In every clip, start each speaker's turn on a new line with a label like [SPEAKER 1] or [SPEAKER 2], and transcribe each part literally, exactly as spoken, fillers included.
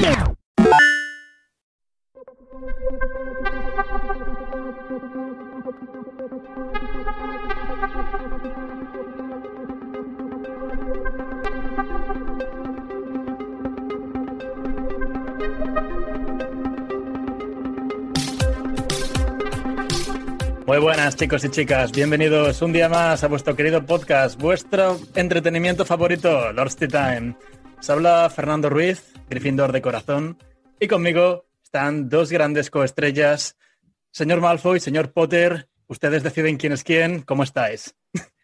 [SPEAKER 1] Muy buenas, chicos y chicas, bienvenidos un día más a vuestro querido podcast, vuestro entretenimiento favorito, Lord's Time. Os habla Fernando Ruiz, Gryffindor de corazón, y conmigo están dos grandes coestrellas, señor Malfoy, señor Potter. Ustedes deciden quién es quién. ¿Cómo estáis?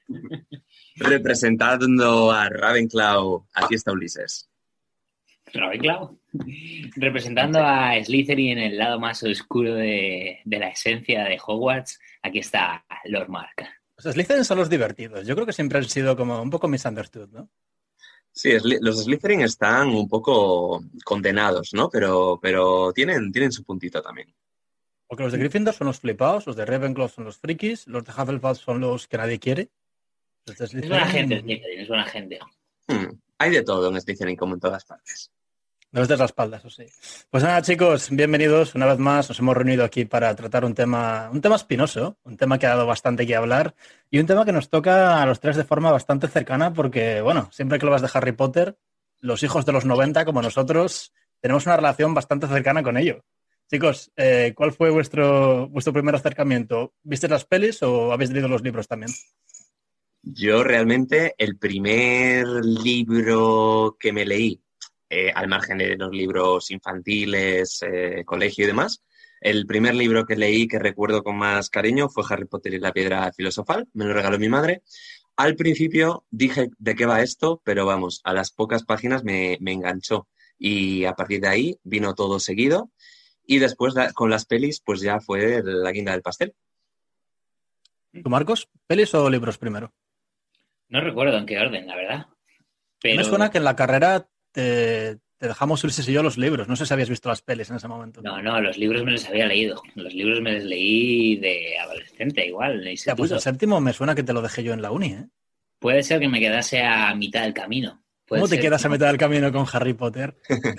[SPEAKER 2] Representando a Ravenclaw, aquí está Ulises.
[SPEAKER 3] Ravenclaw. Representando a Slytherin en el lado más oscuro de, de la esencia de Hogwarts, aquí está Lord Mark.
[SPEAKER 1] Los Slytherin son los divertidos. Yo creo que siempre han sido como un poco misunderstood, ¿no?
[SPEAKER 2] Sí, los Slytherin están un poco condenados, ¿no? Pero, pero tienen, tienen su puntito también.
[SPEAKER 1] Porque los de Gryffindor son los flipados, los de Ravenclaw son los frikis, los de Hufflepuff son los que nadie quiere.
[SPEAKER 3] Los de Slytherin... Es buena gente, Slytherin, es buena gente.
[SPEAKER 2] Hmm, hay de todo en Slytherin, como en todas partes.
[SPEAKER 1] No les des la espalda, eso sí. Pues nada, chicos, bienvenidos una vez más. Nos hemos reunido aquí para tratar un tema, un tema espinoso, un tema que ha dado bastante que hablar y un tema que nos toca a los tres de forma bastante cercana porque, bueno, siempre que lo vas de Harry Potter, los hijos de los noventa, como nosotros, tenemos una relación bastante cercana con ello. Chicos, eh, ¿cuál fue vuestro, vuestro primer acercamiento? ¿Viste las pelis o habéis leído los libros también?
[SPEAKER 2] Yo realmente el primer libro que me leí, Eh, al margen de los libros infantiles, eh, colegio y demás. El primer libro que leí que recuerdo con más cariño fue Harry Potter y la piedra filosofal, me lo regaló mi madre. Al principio dije de qué va esto, pero vamos, a las pocas páginas me, me enganchó y a partir de ahí vino todo seguido y después con las pelis pues ya fue la guinda del pastel.
[SPEAKER 1] ¿Tú, Marcos? ¿Pelis o libros primero?
[SPEAKER 3] No recuerdo en qué orden, la verdad. Pero...
[SPEAKER 1] Me suena que en la carrera Te, te dejamos Ulises y yo los libros. No sé si habías visto las pelis en ese momento.
[SPEAKER 3] No, no, los libros me los había leído. Los libros me los leí de adolescente, igual.
[SPEAKER 1] Ya, pues el séptimo me suena que te lo dejé yo en la uni, ¿eh?
[SPEAKER 3] Puede ser que me quedase a mitad del camino.
[SPEAKER 1] ¿Cómo te
[SPEAKER 3] ser,
[SPEAKER 1] quedas
[SPEAKER 3] ¿no?
[SPEAKER 1] a mitad del camino con Harry Potter?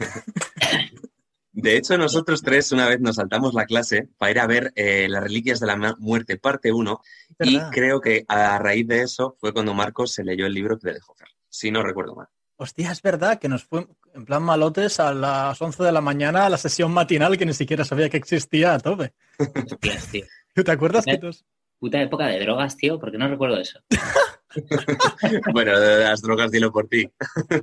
[SPEAKER 2] De hecho, nosotros tres una vez nos saltamos la clase para ir a ver eh, Las Reliquias de la Muerte, parte uno, y creo que a raíz de eso fue cuando Marcos se leyó el libro que le dejó Fer, si no recuerdo mal.
[SPEAKER 1] Hostia, es verdad que nos fue en plan malotes a las once de la mañana a la sesión matinal que ni siquiera sabía que existía a tope.
[SPEAKER 3] Hostias, tío.
[SPEAKER 1] ¿Tú te acuerdas?
[SPEAKER 3] Puta,
[SPEAKER 1] que tos?
[SPEAKER 3] puta época de drogas, tío, porque no recuerdo eso.
[SPEAKER 2] Bueno, de las drogas dilo por ti.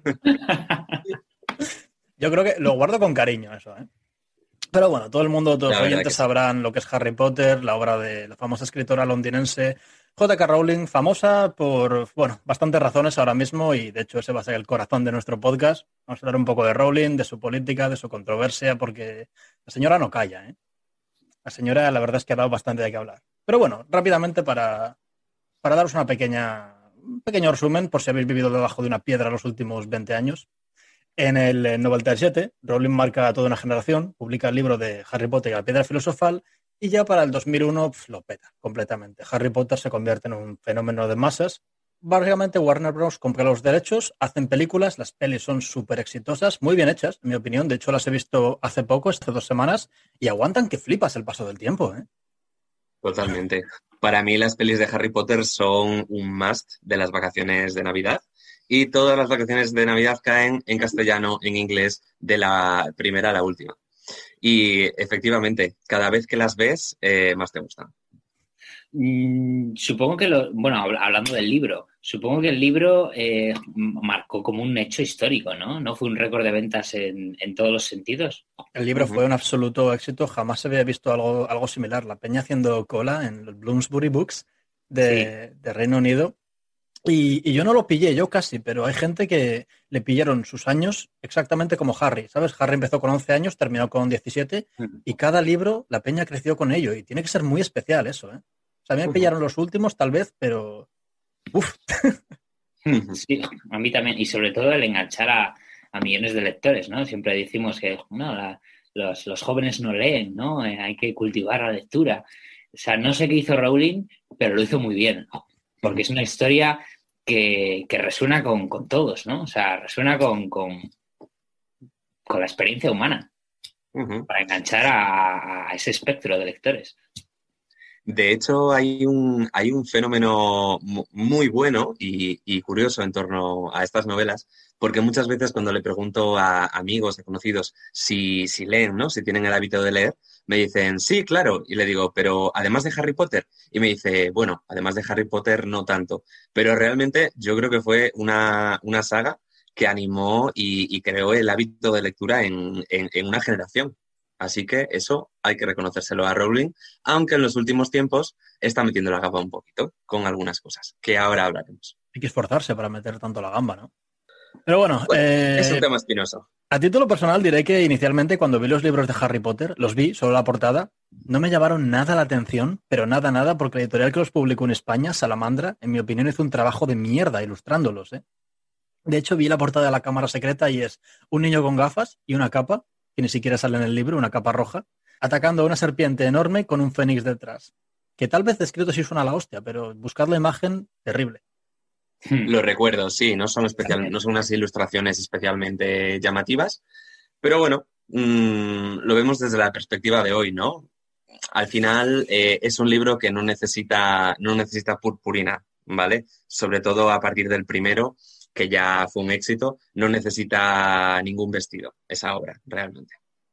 [SPEAKER 1] Yo creo que lo guardo con cariño eso, ¿eh? Pero bueno, todo el mundo, todos los oyentes sabrán sí. lo que es Harry Potter, la obra de la famosa escritora londinense J K Rowling, famosa por, bueno, bastantes razones ahora mismo y de hecho ese va a ser el corazón de nuestro podcast. Vamos a hablar un poco de Rowling, de su política, de su controversia, porque la señora no calla, ¿eh? La señora la verdad es que ha dado bastante de qué hablar. Pero bueno, rápidamente para, para daros una pequeña, un pequeño resumen, por si habéis vivido debajo de una piedra los últimos veinte años. En el noventa y siete, Rowling marca a toda una generación, publica el libro de Harry Potter y la piedra filosofal y ya para el dos mil uno pf, lo peta completamente. Harry Potter se convierte en un fenómeno de masas. Básicamente Warner Bros. Compra los derechos, hacen películas, las pelis son súper exitosas, muy bien hechas, en mi opinión. De hecho, las he visto hace poco, hace dos semanas, y aguantan que flipas el paso del tiempo, ¿eh?
[SPEAKER 2] Totalmente. Para mí las pelis de Harry Potter son un must de las vacaciones de Navidad. Y todas las vacaciones de Navidad caen en castellano, en inglés, de la primera a la última. Y efectivamente, cada vez que las ves, eh, más te gustan.
[SPEAKER 3] Mm, supongo que, lo, bueno, hablando del libro, supongo que el libro eh, marcó como un hecho histórico, ¿no? ¿No fue un récord de ventas en, en todos los sentidos?
[SPEAKER 1] El libro uh-huh. fue un absoluto éxito, jamás se había visto algo, algo similar. La peña haciendo cola en los Bloomsbury Books de, sí. de Reino Unido. Y, y yo no lo pillé, yo casi, pero hay gente que le pillaron sus años exactamente como Harry, ¿sabes? Harry empezó con once años, terminó con diecisiete uh-huh. y cada libro la peña creció con ello y tiene que ser muy especial eso, ¿eh? O sea, a mí me uh-huh. pillaron los últimos tal vez, pero... ¡Uf!
[SPEAKER 3] Sí, a mí también, y sobre todo el enganchar a, a millones de lectores, ¿no? Siempre decimos que no, la, los, los jóvenes no leen, ¿no? Eh, hay que cultivar la lectura. O sea, no sé qué hizo Rowling, pero lo hizo muy bien, ¿no? Porque es una historia que, que resuena con, con todos, ¿no? O sea, resuena con, con, con la experiencia humana, uh-huh. para enganchar a, a ese espectro de lectores.
[SPEAKER 2] De hecho, hay un, hay un fenómeno muy bueno y, y curioso en torno a estas novelas, porque muchas veces cuando le pregunto a amigos, a conocidos, si, si leen, ¿no? Si tienen el hábito de leer, me dicen, sí, claro. Y le digo, pero además de Harry Potter. Y me dice, bueno, además de Harry Potter no tanto. Pero realmente yo creo que fue una, una saga que animó y, y creó el hábito de lectura en, en, en una generación. Así que eso hay que reconocérselo a Rowling, aunque en los últimos tiempos está metiendo la gamba un poquito con algunas cosas, que ahora hablaremos.
[SPEAKER 1] Hay que esforzarse para meter tanto la gamba, ¿no? Pero bueno,
[SPEAKER 2] bueno
[SPEAKER 1] eh,
[SPEAKER 2] es un tema espinoso.
[SPEAKER 1] A título personal diré que inicialmente cuando vi los libros de Harry Potter, los vi, solo la portada, no me llamaron nada la atención, pero nada, nada, porque la editorial que los publicó en España, Salamandra, en mi opinión hizo un trabajo de mierda ilustrándolos, ¿eh? De hecho, vi la portada de La Cámara Secreta y es un niño con gafas y una capa, que ni siquiera sale en el libro, una capa roja, atacando a una serpiente enorme con un fénix detrás. Que tal vez descrito sí suena a la hostia, pero buscad la imagen, terrible.
[SPEAKER 2] Lo recuerdo, sí, no son, especial, no son unas ilustraciones especialmente llamativas, pero bueno, mmm, lo vemos desde la perspectiva de hoy, ¿no? Al final eh, es un libro que no necesita, no necesita purpurina, ¿vale? Sobre todo a partir del primero, que ya fue un éxito, no necesita ningún vestido, esa obra, realmente.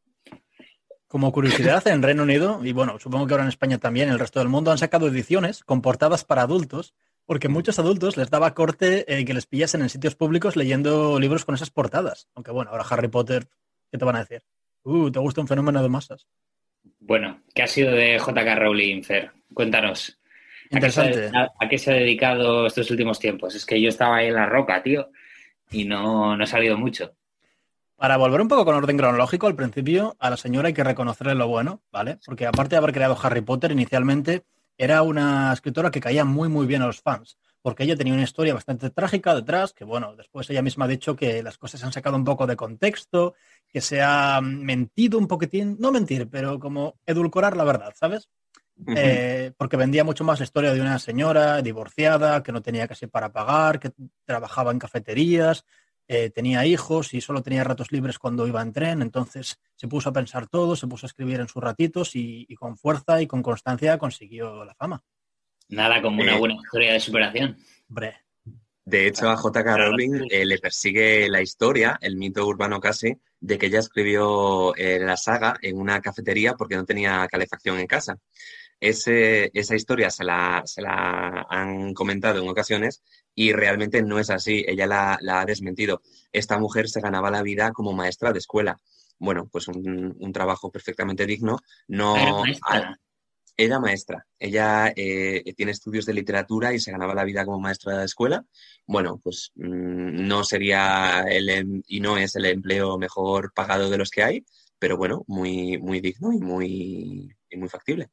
[SPEAKER 1] Como curiosidad, en Reino Unido, y bueno, supongo que ahora en España también, en el resto del mundo, han sacado ediciones con portadas para adultos, porque muchos adultos les daba corte eh, que les pillasen en sitios públicos leyendo libros con esas portadas. Aunque bueno, ahora Harry Potter, ¿qué te van a decir? Uh, ¿te gusta un fenómeno de masas?
[SPEAKER 3] Bueno, ¿qué ha sido de J K Rowling, Fer? Cuéntanos.
[SPEAKER 1] Interesante.
[SPEAKER 3] ¿A qué, se ha, ¿A qué se ha dedicado estos últimos tiempos? Es que yo estaba ahí en la roca, tío, y no, no he salido mucho.
[SPEAKER 1] Para volver un poco con orden cronológico, al principio a la señora hay que reconocerle lo bueno, ¿vale? Porque aparte de haber creado Harry Potter, inicialmente era una escritora que caía muy, muy bien a los fans, porque ella tenía una historia bastante trágica detrás, que bueno, después ella misma ha dicho que las cosas se han sacado un poco de contexto, que se ha mentido un poquitín, no mentir, pero como edulcorar la verdad, ¿sabes? Uh-huh. Eh, porque vendía mucho más la historia de una señora divorciada, que no tenía casi para pagar, que trabajaba en cafeterías, eh, tenía hijos y solo tenía ratos libres cuando iba en tren, entonces se puso a pensar todo, se puso a escribir en sus ratitos y, y con fuerza y con constancia consiguió la fama.
[SPEAKER 3] Nada como una eh, buena historia de superación.
[SPEAKER 1] Hombre.
[SPEAKER 2] De hecho, a J K Rowling eh, le persigue la historia, el mito urbano casi, de que ella escribió eh, la saga en una cafetería porque no tenía calefacción en casa. Ese, esa historia se la, se la han comentado en ocasiones y realmente no es así. Ella la, la ha desmentido. Esta mujer se ganaba la vida como maestra de escuela. Bueno, pues un, un trabajo perfectamente digno. No, a, era maestra. Ella eh, tiene estudios de literatura y se ganaba la vida como maestra de escuela. Bueno, pues mmm, no sería el, y no es el empleo mejor pagado de los que hay, pero bueno, muy, muy digno y muy, y muy factible.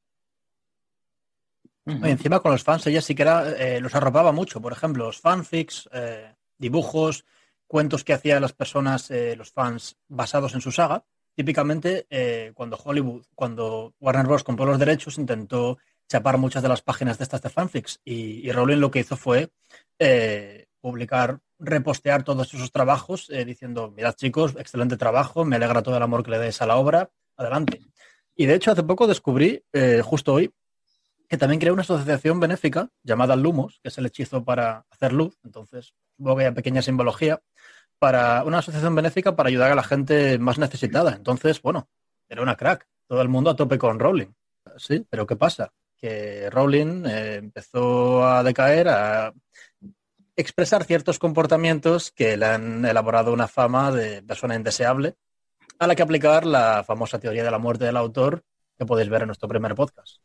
[SPEAKER 1] Uh-huh. Y encima con los fans ella sí que era, eh, los arropaba mucho. Por ejemplo, los fanfics, eh, dibujos, cuentos que hacían las personas, eh, los fans, basados en su saga. Típicamente, eh, cuando Hollywood, cuando Warner Bros. Compró los derechos, intentó chapar muchas de las páginas de estas de fanfics. Y, y Rowling lo que hizo fue eh, publicar, repostear todos esos trabajos eh, diciendo, mirad chicos, excelente trabajo, me alegra todo el amor que le deis a la obra, adelante. Y de hecho, hace poco descubrí, eh, justo hoy, que también creó una asociación benéfica llamada Lumos, que es el hechizo para hacer luz. Entonces, supongo que hay pequeña simbología, para una asociación benéfica para ayudar a la gente más necesitada. Entonces, bueno, era una crack. Todo el mundo a tope con Rowling. Sí, pero ¿qué pasa? Que Rowling eh, empezó a decaer, a expresar ciertos comportamientos que le han elaborado una fama de persona indeseable, a la que aplicar la famosa teoría de la muerte del autor, que podéis ver en nuestro primer podcast.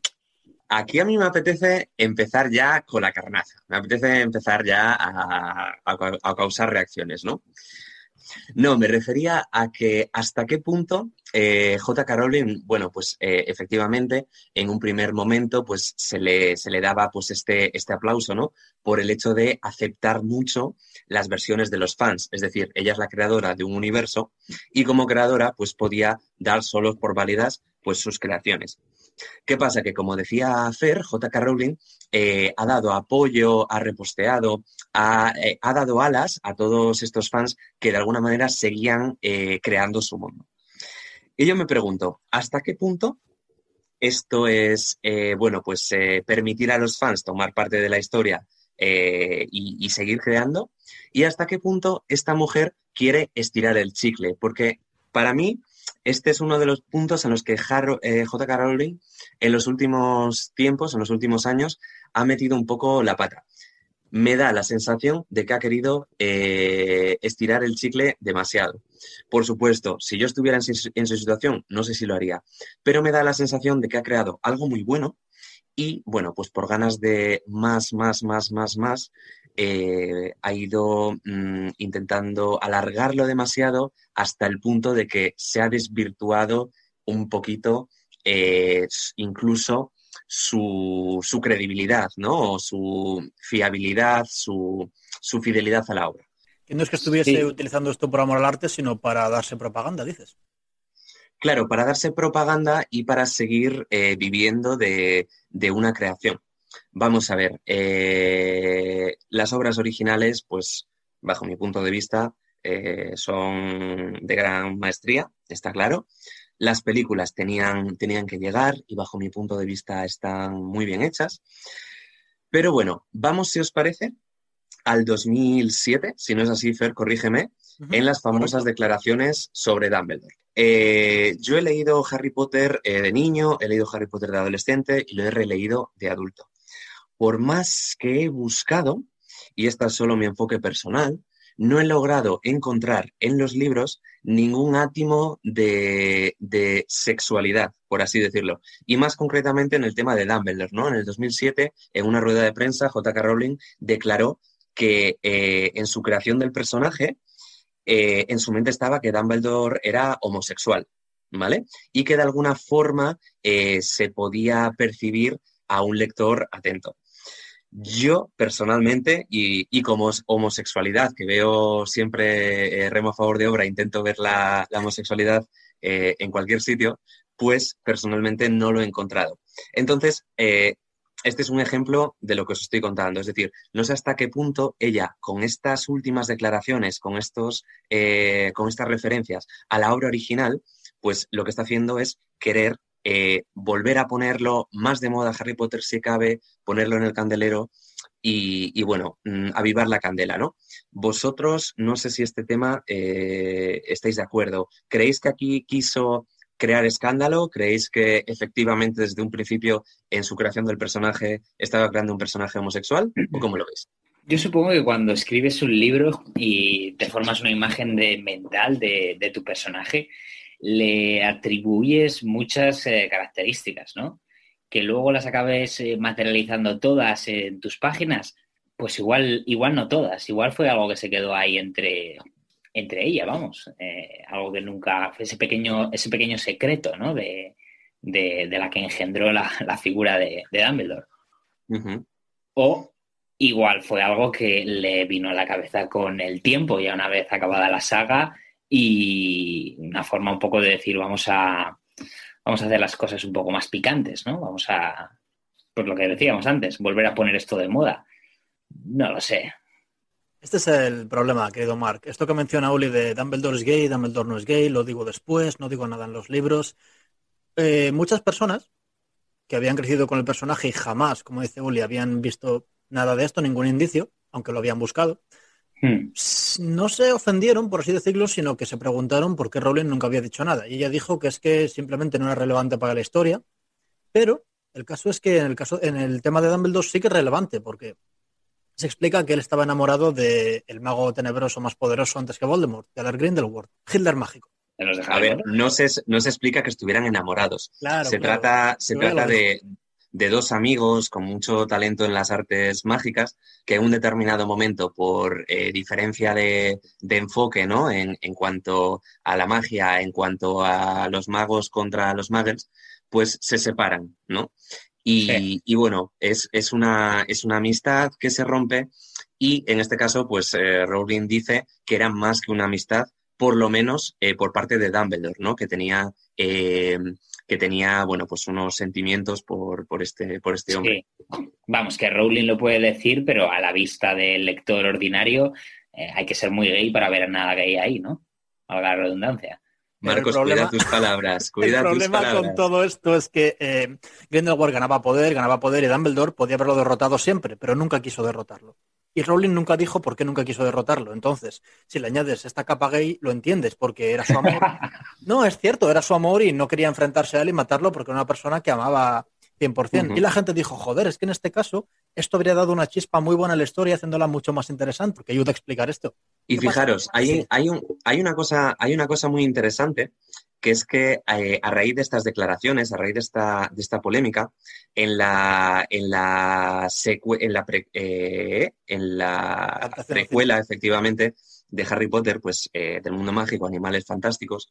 [SPEAKER 2] Aquí a mí me apetece empezar ya con la carnaza. Me apetece empezar ya a, a, a causar reacciones, ¿no? No, me refería a que hasta qué punto eh, J K Rowling, bueno, pues eh, efectivamente, en un primer momento, pues se le, se le daba pues este, este aplauso, ¿no? Por el hecho de aceptar mucho las versiones de los fans. Es decir, ella es la creadora de un universo y como creadora, pues podía dar solos por válidas pues sus creaciones. ¿Qué pasa? Que como decía Fer, J K. Rowling eh, ha dado apoyo, ha reposteado, ha, eh, ha dado alas a todos estos fans que de alguna manera seguían eh, creando su mundo. Y yo me pregunto, ¿hasta qué punto esto es, eh, bueno, pues eh, permitir a los fans tomar parte de la historia eh, y, y seguir creando? ¿Y hasta qué punto esta mujer quiere estirar el chicle? Porque para mí este es uno de los puntos en los que eh, J K. Rowling en los últimos tiempos, en los últimos años, ha metido un poco la pata. Me da la sensación de que ha querido eh, estirar el chicle demasiado. Por supuesto, si yo estuviera en su, en su situación, no sé si lo haría, pero me da la sensación de que ha creado algo muy bueno y, bueno, pues por ganas de más, más, más, más, más, eh, ha ido mmm, intentando alargarlo demasiado hasta el punto de que se ha desvirtuado un poquito eh, incluso su, su credibilidad, ¿no? O su fiabilidad, su, su fidelidad a la obra.
[SPEAKER 1] Que no es que estuviese sí. utilizando esto por amor al arte, sino para darse propaganda, dices.
[SPEAKER 2] Claro, para darse propaganda y para seguir eh, viviendo de, de una creación. Vamos a ver, eh, las obras originales, pues, bajo mi punto de vista, eh, son de gran maestría, está claro. Las películas tenían, tenían que llegar y bajo mi punto de vista están muy bien hechas. Pero bueno, vamos, si os parece, al dos mil siete, si no es así, Fer, corrígeme, uh-huh. en las famosas Correcto. declaraciones sobre Dumbledore. Eh, yo he leído Harry Potter eh, de niño, he leído Harry Potter de adolescente y lo he releído de adulto. Por más que he buscado, y este es solo mi enfoque personal, no he logrado encontrar en los libros ningún átimo de, de sexualidad, por así decirlo. Y más concretamente en el tema de Dumbledore, ¿no? En el dos mil siete, en una rueda de prensa, J K. Rowling declaró que eh, en su creación del personaje, eh, en su mente estaba que Dumbledore era homosexual, ¿vale? Y que de alguna forma eh, se podía percibir a un lector atento. Yo, personalmente, y, y como homosexualidad, que veo siempre eh, remo a favor de obra, intento ver la, la homosexualidad eh, en cualquier sitio, pues personalmente no lo he encontrado. Entonces, eh, este es un ejemplo de lo que os estoy contando. Es decir, no sé hasta qué punto ella, con estas últimas declaraciones, con, estos, eh, con estas referencias a la obra original, pues lo que está haciendo es querer Eh, volver a ponerlo más de moda Harry Potter si cabe, ponerlo en el candelero y, y bueno, mmm, avivar la candela, ¿no? Vosotros, no sé si este tema eh, estáis de acuerdo. ¿Creéis que aquí quiso crear escándalo? ¿Creéis que efectivamente desde un principio en su creación del personaje estaba creando un personaje homosexual? ¿O cómo lo veis?
[SPEAKER 3] Yo supongo que cuando escribes un libro y te formas una imagen de, mental de, de tu personaje, le atribuyes muchas eh, características, ¿no? Que luego las acabes eh, materializando todas en tus páginas, pues igual, igual no todas, igual fue algo que se quedó ahí entre, entre ella, vamos, eh, algo que nunca, ese pequeño, ese pequeño secreto, ¿no? De, de, de la que engendró la, la figura de, de Dumbledore. Uh-huh. O igual fue algo que le vino a la cabeza con el tiempo, ya una vez acabada la saga, y una forma un poco de decir vamos a vamos a hacer las cosas un poco más picantes, ¿no? Vamos a, pues lo que decíamos antes, volver a poner esto de moda. No lo sé.
[SPEAKER 1] Este es el problema, querido Mark. Esto que menciona Uli de Dumbledore es gay, Dumbledore no es gay, lo digo después, no digo nada en los libros. Eh, muchas personas que habían crecido con el personaje y jamás, como dice Uli, habían visto nada de esto, ningún indicio, aunque lo habían buscado, Hmm. no se ofendieron, por así decirlo, sino que se preguntaron por qué Rowling nunca había dicho nada. Y ella dijo que es que simplemente no era relevante para la historia, pero el caso es que en el, caso, en el tema de Dumbledore sí que es relevante, porque se explica que él estaba enamorado del mago tenebroso más poderoso antes que Voldemort, de Albert Grindelwald, Hitler mágico.
[SPEAKER 2] A ver, no se, no se explica que estuvieran enamorados.
[SPEAKER 1] Claro,
[SPEAKER 2] se
[SPEAKER 1] claro.
[SPEAKER 2] trata, se trata de... de dos amigos con mucho talento en las artes mágicas que en un determinado momento, por eh, diferencia de, de enfoque, ¿no? En, en cuanto a la magia, en cuanto a los magos contra los muggles, pues se separan, ¿no? Y, sí. y bueno, es, es, una, es una amistad que se rompe y en este caso, pues eh, Rowling dice que era más que una amistad por lo menos eh, por parte de Dumbledore, ¿no? Que tenía, eh, que tenía bueno, pues unos sentimientos por, por, este, por este hombre.
[SPEAKER 3] Sí. Vamos, que Rowling lo puede decir, pero a la vista del lector ordinario eh, hay que ser muy gay para ver nada gay ahí, ¿no? Valga la redundancia.
[SPEAKER 2] Marcos, problema, cuida tus palabras, cuida
[SPEAKER 1] el
[SPEAKER 2] tus palabras.
[SPEAKER 1] El problema con todo esto es que eh, Grindelwald ganaba poder, ganaba poder y Dumbledore podía haberlo derrotado siempre, pero nunca quiso derrotarlo. Y Rowling nunca dijo por qué nunca quiso derrotarlo. Entonces, si le añades esta capa gay, lo entiendes, porque era su amor. No, es cierto, era su amor y no quería enfrentarse a él y matarlo porque era una persona que amaba cien por ciento. Uh-huh. Y la gente dijo, joder, es que en este caso esto habría dado una chispa muy buena a la historia, haciéndola mucho más interesante, porque ayuda a explicar esto.
[SPEAKER 2] Y fijaros, hay, sí. hay, un, hay, una cosa, hay una cosa muy interesante, que es que eh, a raíz de estas declaraciones, a raíz de esta, de esta polémica, en la, en la, secue, en la, pre, eh, en la precuela, efectivamente, de Harry Potter, pues eh, del mundo mágico, Animales Fantásticos,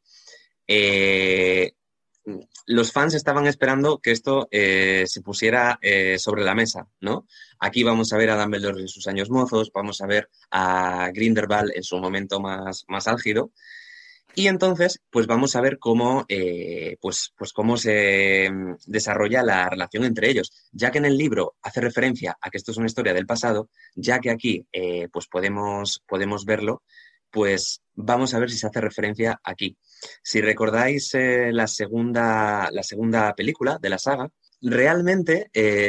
[SPEAKER 2] eh, los fans estaban esperando que esto eh, se pusiera eh, sobre la mesa, ¿no? Aquí vamos a ver a Dumbledore en sus años mozos, vamos a ver a Grindelwald en su momento más, más álgido, y entonces, pues vamos a ver cómo, eh, pues, pues cómo se desarrolla la relación entre ellos, ya que en el libro hace referencia a que esto es una historia del pasado, ya que aquí eh, pues podemos, podemos verlo, pues vamos a ver si se hace referencia aquí. Si recordáis eh, la, segunda, la segunda película de la saga, realmente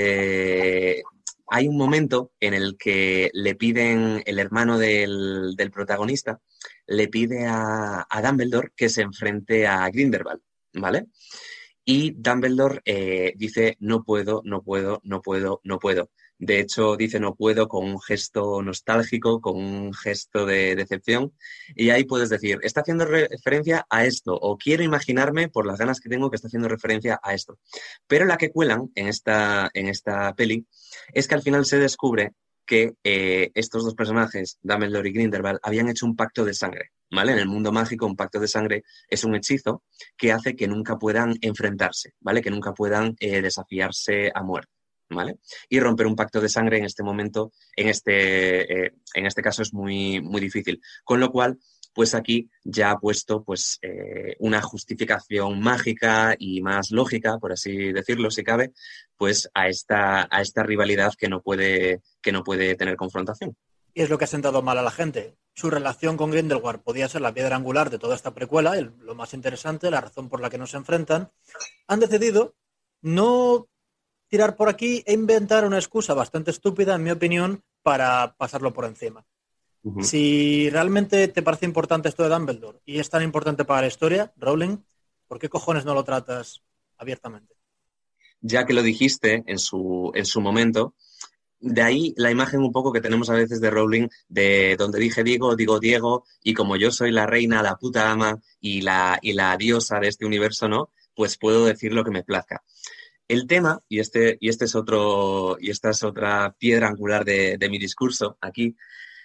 [SPEAKER 2] eh, hay un momento en el que le piden, el hermano del, del protagonista, le pide a, a Dumbledore que se enfrente a Grindelwald, ¿vale? Y Dumbledore eh, dice, no puedo, no puedo, no puedo, no puedo. De hecho, dice no puedo con un gesto nostálgico, con un gesto de decepción. Y ahí puedes decir, está haciendo referencia a esto, o quiero imaginarme, por las ganas que tengo, que está haciendo referencia a esto. Pero la que cuelan en esta, en esta peli es que al final se descubre que eh, estos dos personajes, Dumbledore y Grindelwald, habían hecho un pacto de sangre, ¿vale? En el mundo mágico, un pacto de sangre es un hechizo que hace que nunca puedan enfrentarse, ¿vale? Que nunca puedan eh, desafiarse a muerte, ¿vale? Y romper un pacto de sangre en este momento, en este, eh, en este caso es muy, muy difícil. Con lo cual, pues aquí ya ha puesto pues, eh, una justificación mágica y más lógica, por así decirlo, si cabe, pues a esta, a esta rivalidad que no puede, que no puede tener confrontación.
[SPEAKER 1] Y es lo que ha sentado mal a la gente. Su relación con Grindelwald podía ser la piedra angular de toda esta precuela, el, lo más interesante, la razón por la que no se enfrentan. Han decidido no tirar por aquí e inventar una excusa bastante estúpida, en mi opinión, para pasarlo por encima. Uh-huh. Si realmente te parece importante esto de Dumbledore y es tan importante para la historia, Rowling, ¿por qué cojones no lo tratas abiertamente?
[SPEAKER 2] Ya que lo dijiste en su, en su momento, de ahí la imagen un poco que tenemos a veces de Rowling, de donde dije Diego, digo Diego, y como yo soy la reina, la puta ama y la, y la diosa de este universo, ¿no? Pues puedo decir lo que me plazca. El tema, y este, y este es otro, y esta es otra piedra angular de, de mi discurso aquí,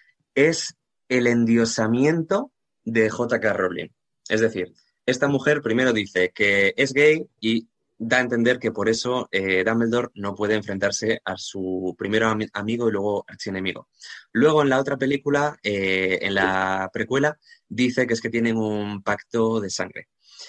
[SPEAKER 2] es el endiosamiento de J K Rowling. Es decir, esta mujer primero dice que es gay y da a entender que por eso eh, Dumbledore no puede enfrentarse a su primero am- amigo y luego archienemigo. Luego en la otra película, eh, en la precuela, dice que es que tienen un pacto de sangre.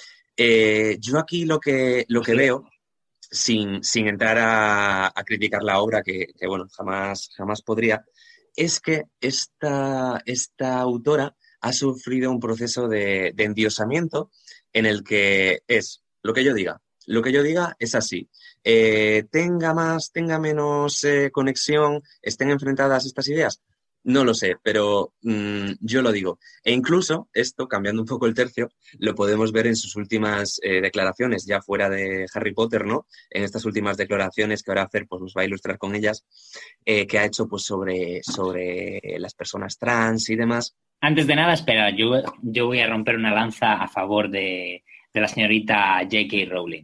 [SPEAKER 2] Eh, yo aquí lo que, lo que veo, sin, sin entrar a, a criticar la obra, que, que bueno, jamás, jamás podría, es que esta, esta autora ha sufrido un proceso de, de endiosamiento en el que es lo que yo diga. Lo que yo diga es así. Eh, tenga más, tenga menos eh, conexión, estén enfrentadas estas ideas. No lo sé, pero mmm, yo lo digo. E incluso esto, cambiando un poco el tercio, lo podemos ver en sus últimas eh, declaraciones, ya fuera de Harry Potter, ¿no? En estas últimas declaraciones que ahora Fer pues, nos va a ilustrar con ellas, eh, que ha hecho pues, sobre, sobre las personas trans y demás.
[SPEAKER 3] Antes de nada, espera, yo, yo voy a romper una lanza a favor de, de la señorita J K Rowling.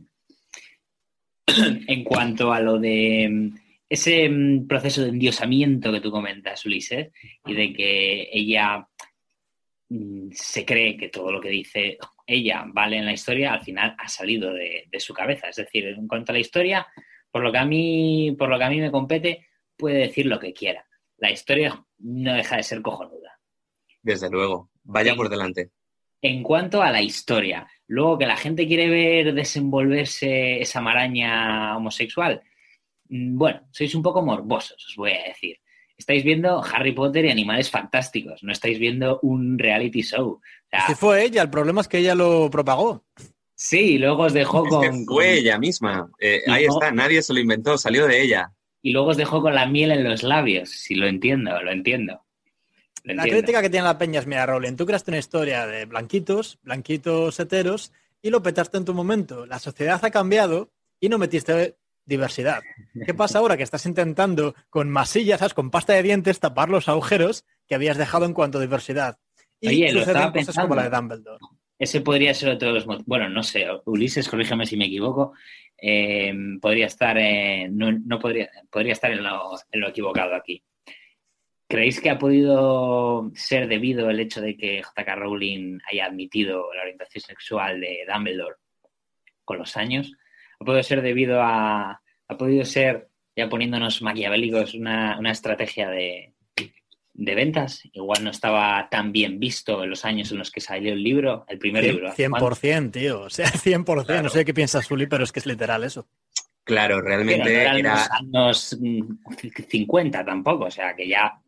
[SPEAKER 3] En cuanto a lo de ese proceso de endiosamiento que tú comentas, Ulises, y de que ella mmm, se cree que todo lo que dice ella vale en la historia, al final ha salido de, de su cabeza. Es decir, en cuanto a la historia, por lo que a mí, por lo que a mí me compete, puede decir lo que quiera. La historia no deja de ser cojonuda.
[SPEAKER 2] Desde luego. Vaya sí. Por delante.
[SPEAKER 3] en cuanto a la historia. Luego, que la gente quiere ver desenvolverse esa maraña homosexual, bueno, sois un poco morbosos, os voy a decir. Estáis viendo Harry Potter y Animales Fantásticos, no estáis viendo un reality show. O sea,
[SPEAKER 1] si fue ella, el problema es que ella lo propagó.
[SPEAKER 3] Sí, y luego os dejó
[SPEAKER 2] es
[SPEAKER 3] con...
[SPEAKER 2] que fue
[SPEAKER 3] con...
[SPEAKER 2] ella misma. Eh, ahí
[SPEAKER 3] no...
[SPEAKER 2] está, nadie se lo inventó, salió de ella.
[SPEAKER 3] Y luego os dejó con la miel en los labios. Sí, lo entiendo, lo entiendo. Lo
[SPEAKER 1] la
[SPEAKER 3] entiendo.
[SPEAKER 1] crítica que tiene la peña es, mira, Rowling, tú creaste una historia de blanquitos, blanquitos heteros, y lo petaste en tu momento. La sociedad ha cambiado y no metiste diversidad. ¿Qué pasa ahora? Que estás intentando con masillas, ¿sabes? Con pasta de dientes, tapar los agujeros que habías dejado en cuanto a diversidad. Y
[SPEAKER 3] Oye, lo
[SPEAKER 1] suceden
[SPEAKER 3] estaba
[SPEAKER 1] cosas
[SPEAKER 3] pensando.
[SPEAKER 1] como la de Dumbledore.
[SPEAKER 3] Ese podría ser otro de los motivos. Bueno, no sé, Ulises, corrígeme si me equivoco. Eh, podría estar, eh, no, no podría, podría estar en lo, en lo equivocado aquí. ¿Creéis que ha podido ser debido el hecho de que J K Rowling haya admitido la orientación sexual de Dumbledore con los años? ¿Ha podido ser debido a... ha podido ser, ya poniéndonos maquiavélicos, una, una estrategia de, de ventas? Igual no estaba tan bien visto en los años en los que salió el libro, el primer libro.
[SPEAKER 1] cien por ciento, tío. O sea, cien por ciento. Claro. No sé qué piensas, Zuli, pero es que es literal eso.
[SPEAKER 2] Claro, realmente
[SPEAKER 3] pero no eran
[SPEAKER 2] era...
[SPEAKER 3] los años cincuenta tampoco, o sea, que ya...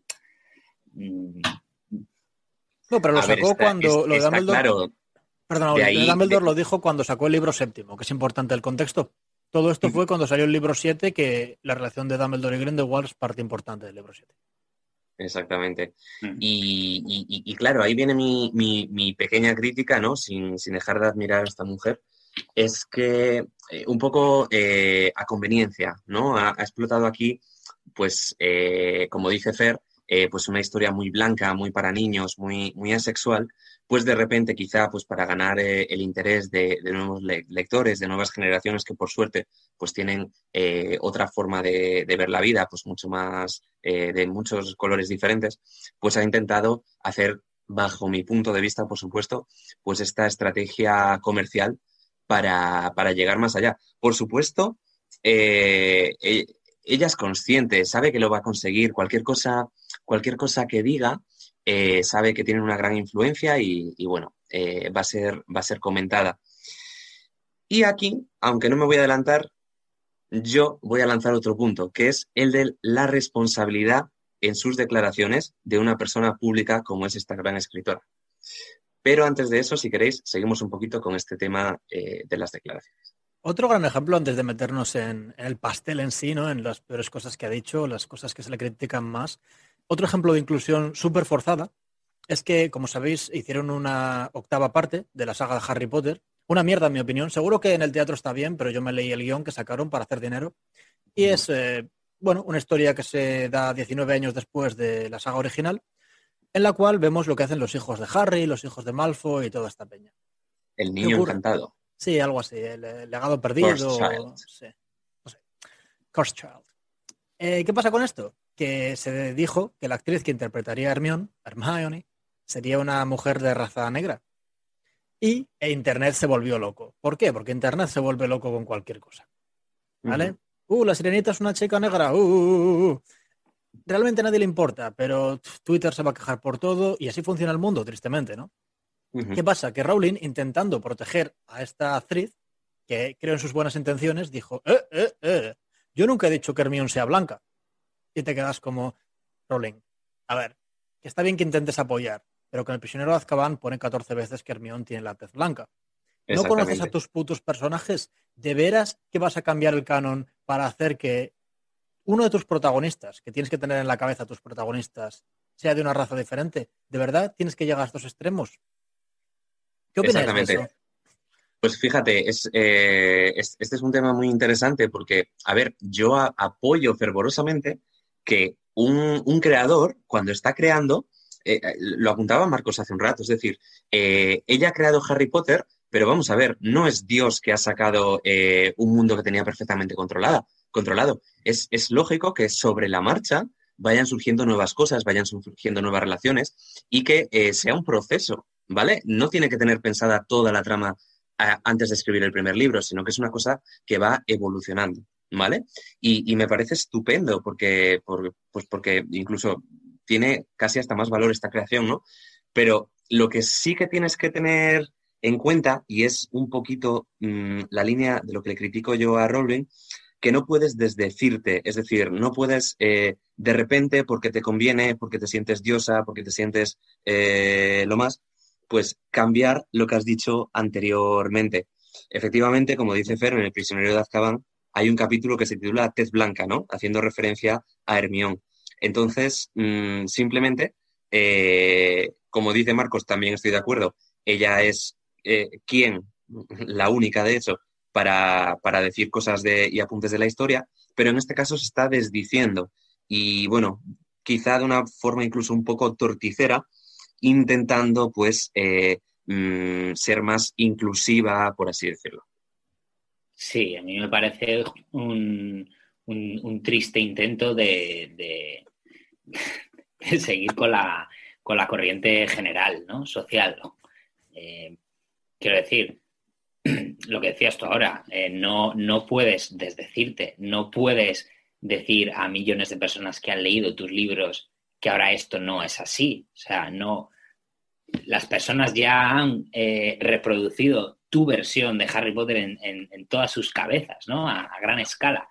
[SPEAKER 1] No, pero lo
[SPEAKER 2] a
[SPEAKER 1] sacó
[SPEAKER 2] ver, está,
[SPEAKER 1] cuando
[SPEAKER 2] es,
[SPEAKER 1] lo de Dumbledore...
[SPEAKER 2] Claro,
[SPEAKER 1] Perdón,
[SPEAKER 2] de ahí,
[SPEAKER 1] Dumbledore
[SPEAKER 2] de...
[SPEAKER 1] lo dijo cuando sacó el libro séptimo, que es importante el contexto. Todo esto fue cuando salió el libro siete, que la relación de Dumbledore y Grindelwald es parte importante del libro siete.
[SPEAKER 2] Exactamente. Y, y, y claro, ahí viene mi, mi, mi pequeña crítica, ¿no? Sin, sin dejar de admirar a esta mujer, es que eh, un poco eh, a conveniencia, ¿no? Ha, ha explotado aquí, pues, eh, como dice Fer, eh, pues una historia muy blanca, muy para niños, muy, muy asexual, pues de repente quizá pues para ganar eh, el interés de, de nuevos le lectores, de nuevas generaciones que por suerte pues tienen eh, otra forma de, de ver la vida, pues mucho más, eh, de muchos colores diferentes, pues ha intentado hacer, bajo mi punto de vista, por supuesto, pues esta estrategia comercial para, para llegar más allá. Por supuesto, eh, eh, ella es consciente, sabe que lo va a conseguir, cualquier cosa, cualquier cosa que diga, eh, sabe que tiene una gran influencia y, y bueno, eh, va a ser, va a ser comentada. Y aquí, aunque no me voy a adelantar, yo voy a lanzar otro punto, que es el de la responsabilidad en sus declaraciones de una persona pública como es esta gran escritora. Pero antes de eso, si queréis, seguimos un poquito con este tema eh, de las declaraciones.
[SPEAKER 1] Otro gran ejemplo, antes de meternos en, en el pastel en sí, ¿no? En las peores cosas que ha dicho, las cosas que se le critican más. Otro ejemplo de inclusión súper forzada es que, como sabéis, hicieron una octava parte de la saga de Harry Potter. Una mierda, en mi opinión. Seguro que en el teatro está bien, pero yo me leí el guión que sacaron para hacer dinero. Y es, eh, bueno, una historia que se da diecinueve años después de la saga original, en la cual vemos lo que hacen los hijos de Harry, los hijos de Malfoy y toda esta peña.
[SPEAKER 2] El niño encantado.
[SPEAKER 1] Sí, algo así, el, el legado perdido. Sí, no sé. Cursed Child. Eh, ¿Qué pasa con esto? Que se dijo que la actriz que interpretaría a Hermione, Hermione, sería una mujer de raza negra. Y e Internet se volvió loco. ¿Por qué? Porque Internet se vuelve loco con cualquier cosa. ¿Vale? Uh, -huh. uh la sirenita es una chica negra. Uh, uh, uh. Realmente a nadie le importa, pero Twitter se va a quejar por todo y así funciona el mundo, tristemente, ¿no? Uh-huh. ¿Qué pasa? Que Rowling, intentando proteger a esta actriz, que creo en sus buenas intenciones, dijo, eh, eh, eh, yo nunca he dicho que Hermione sea blanca. Y te quedas como, Rowling, a ver, que está bien que intentes apoyar, pero que en El prisionero de Azkaban pone catorce veces que Hermione tiene la tez blanca. ¿No conoces a tus putos personajes? ¿De veras que vas a cambiar el canon para hacer que uno de tus protagonistas, que tienes que tener en la cabeza a tus protagonistas, sea de una raza diferente? ¿De verdad tienes que llegar a estos extremos? ¿Qué opinas
[SPEAKER 2] Exactamente.
[SPEAKER 1] de eso?
[SPEAKER 2] Pues fíjate, es, eh, es, este es un tema muy interesante porque, a ver, yo a, apoyo fervorosamente que un, un creador, cuando está creando, eh, lo apuntaba Marcos hace un rato, es decir, eh, ella ha creado Harry Potter, pero vamos a ver, no es Dios que ha sacado eh, un mundo que tenía perfectamente controlada, controlado. Es, es lógico que sobre la marcha vayan surgiendo nuevas cosas, vayan surgiendo nuevas relaciones y que eh, sea un proceso, ¿vale? No tiene que tener pensada toda la trama a, antes de escribir el primer libro, sino que es una cosa que va evolucionando, ¿vale? Y, y me parece estupendo porque, por, pues porque incluso tiene casi hasta más valor esta creación, ¿no? Pero lo que sí que tienes que tener en cuenta, y es un poquito mmm, la línea de lo que le critico yo a Rowling, que no puedes desdecirte, es decir, no puedes eh, de repente, porque te conviene, porque te sientes diosa, porque te sientes eh, lo más, pues cambiar lo que has dicho anteriormente. Efectivamente, como dice Fer, en El prisionero de Azkaban hay un capítulo que se titula Tez Blanca, ¿no? Haciendo referencia a Hermione. Entonces, mmm, simplemente, eh, como dice Marcos, también estoy de acuerdo, ella es eh, quien, la única de hecho, para, para decir cosas de, y apuntes de la historia, pero en este caso se está desdiciendo. Y bueno, quizá de una forma incluso un poco torticera, intentando pues eh, mmm, ser más inclusiva, por así decirlo.
[SPEAKER 3] Sí, a mí me parece un, un, un triste intento de, de, de seguir con la, con la corriente general, ¿no? Social. Eh, quiero decir, lo que decías tú ahora, eh, no, no puedes desdecirte, no puedes decir a millones de personas que han leído tus libros que ahora esto no es así. O sea, no. Las personas ya han eh, reproducido tu versión de Harry Potter en, en, en todas sus cabezas, ¿no? A, a gran escala.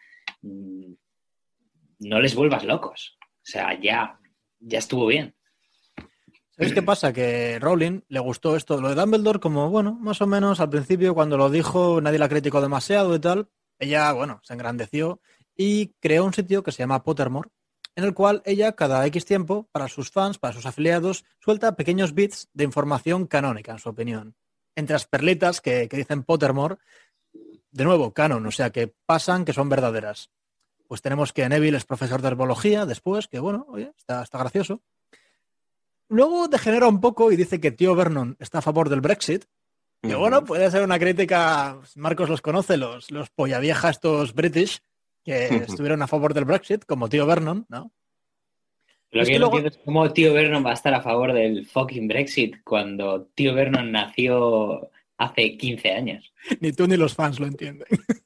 [SPEAKER 3] No les vuelvas locos. O sea, ya, ya estuvo bien.
[SPEAKER 1] ¿Sabes qué pasa? Que Rowling le gustó esto, lo de Dumbledore, como, bueno, más o menos al principio cuando lo dijo nadie la criticó demasiado y tal. Ella, bueno, se engrandeció y creó un sitio que se llama Pottermore, en el cual ella, cada X tiempo, para sus fans, para sus afiliados, suelta pequeños bits de información canónica, en su opinión. Entre las perlitas que, que dicen Pottermore, de nuevo, canon, o sea, que pasan, que son verdaderas. Pues tenemos que Neville es profesor de herbología después, que bueno, oye, está, está gracioso. Luego degenera un poco y dice que tío Vernon está a favor del Brexit. Que uh-huh. Bueno, puede ser una crítica, Marcos los conoce, los, los polla vieja estos British, que uh-huh. estuvieron a favor del Brexit, como tío Vernon, ¿no?
[SPEAKER 3] Lo es que, que no luego... entiendo es cómo tío Vernon va a estar a favor del fucking Brexit cuando tío Vernon nació hace quince años.
[SPEAKER 1] Ni tú ni los fans lo entienden.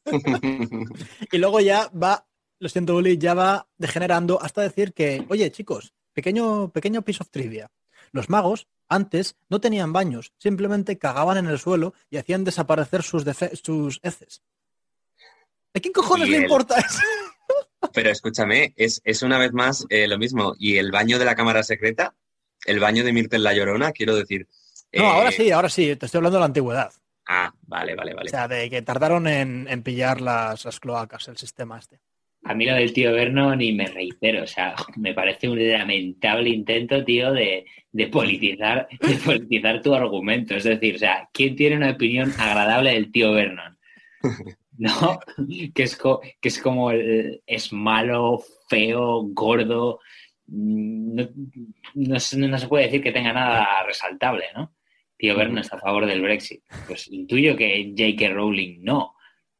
[SPEAKER 1] Y luego ya va, lo siento, Uli, ya va degenerando hasta decir que, oye, chicos, pequeño, pequeño piece of trivia. Los magos antes no tenían baños, simplemente cagaban en el suelo y hacían desaparecer sus, defe- sus heces. ¿A quién cojones le importa eso?
[SPEAKER 2] Pero escúchame, es, es una vez más eh, lo mismo. ¿Y el baño de la cámara secreta? ¿El baño de Myrtle la Llorona? Quiero decir...
[SPEAKER 1] No, eh... ahora sí, ahora sí. Te estoy hablando de la antigüedad.
[SPEAKER 2] Ah, vale, vale, vale.
[SPEAKER 1] O sea, de que tardaron en, en pillar las, las cloacas, el sistema este.
[SPEAKER 3] A mí lo del tío Vernon ni me reitero, o sea, me parece un lamentable intento, tío, de, de politizar de politizar tu argumento. Es decir, o sea, ¿quién tiene una opinión agradable del tío Vernon? ¿No? Que es, co- que es como el, es malo, feo, gordo. No, no, no se puede decir que tenga nada resaltable, ¿no? Tío Vernon está a favor del Brexit. Pues intuyo que J K Rowling no.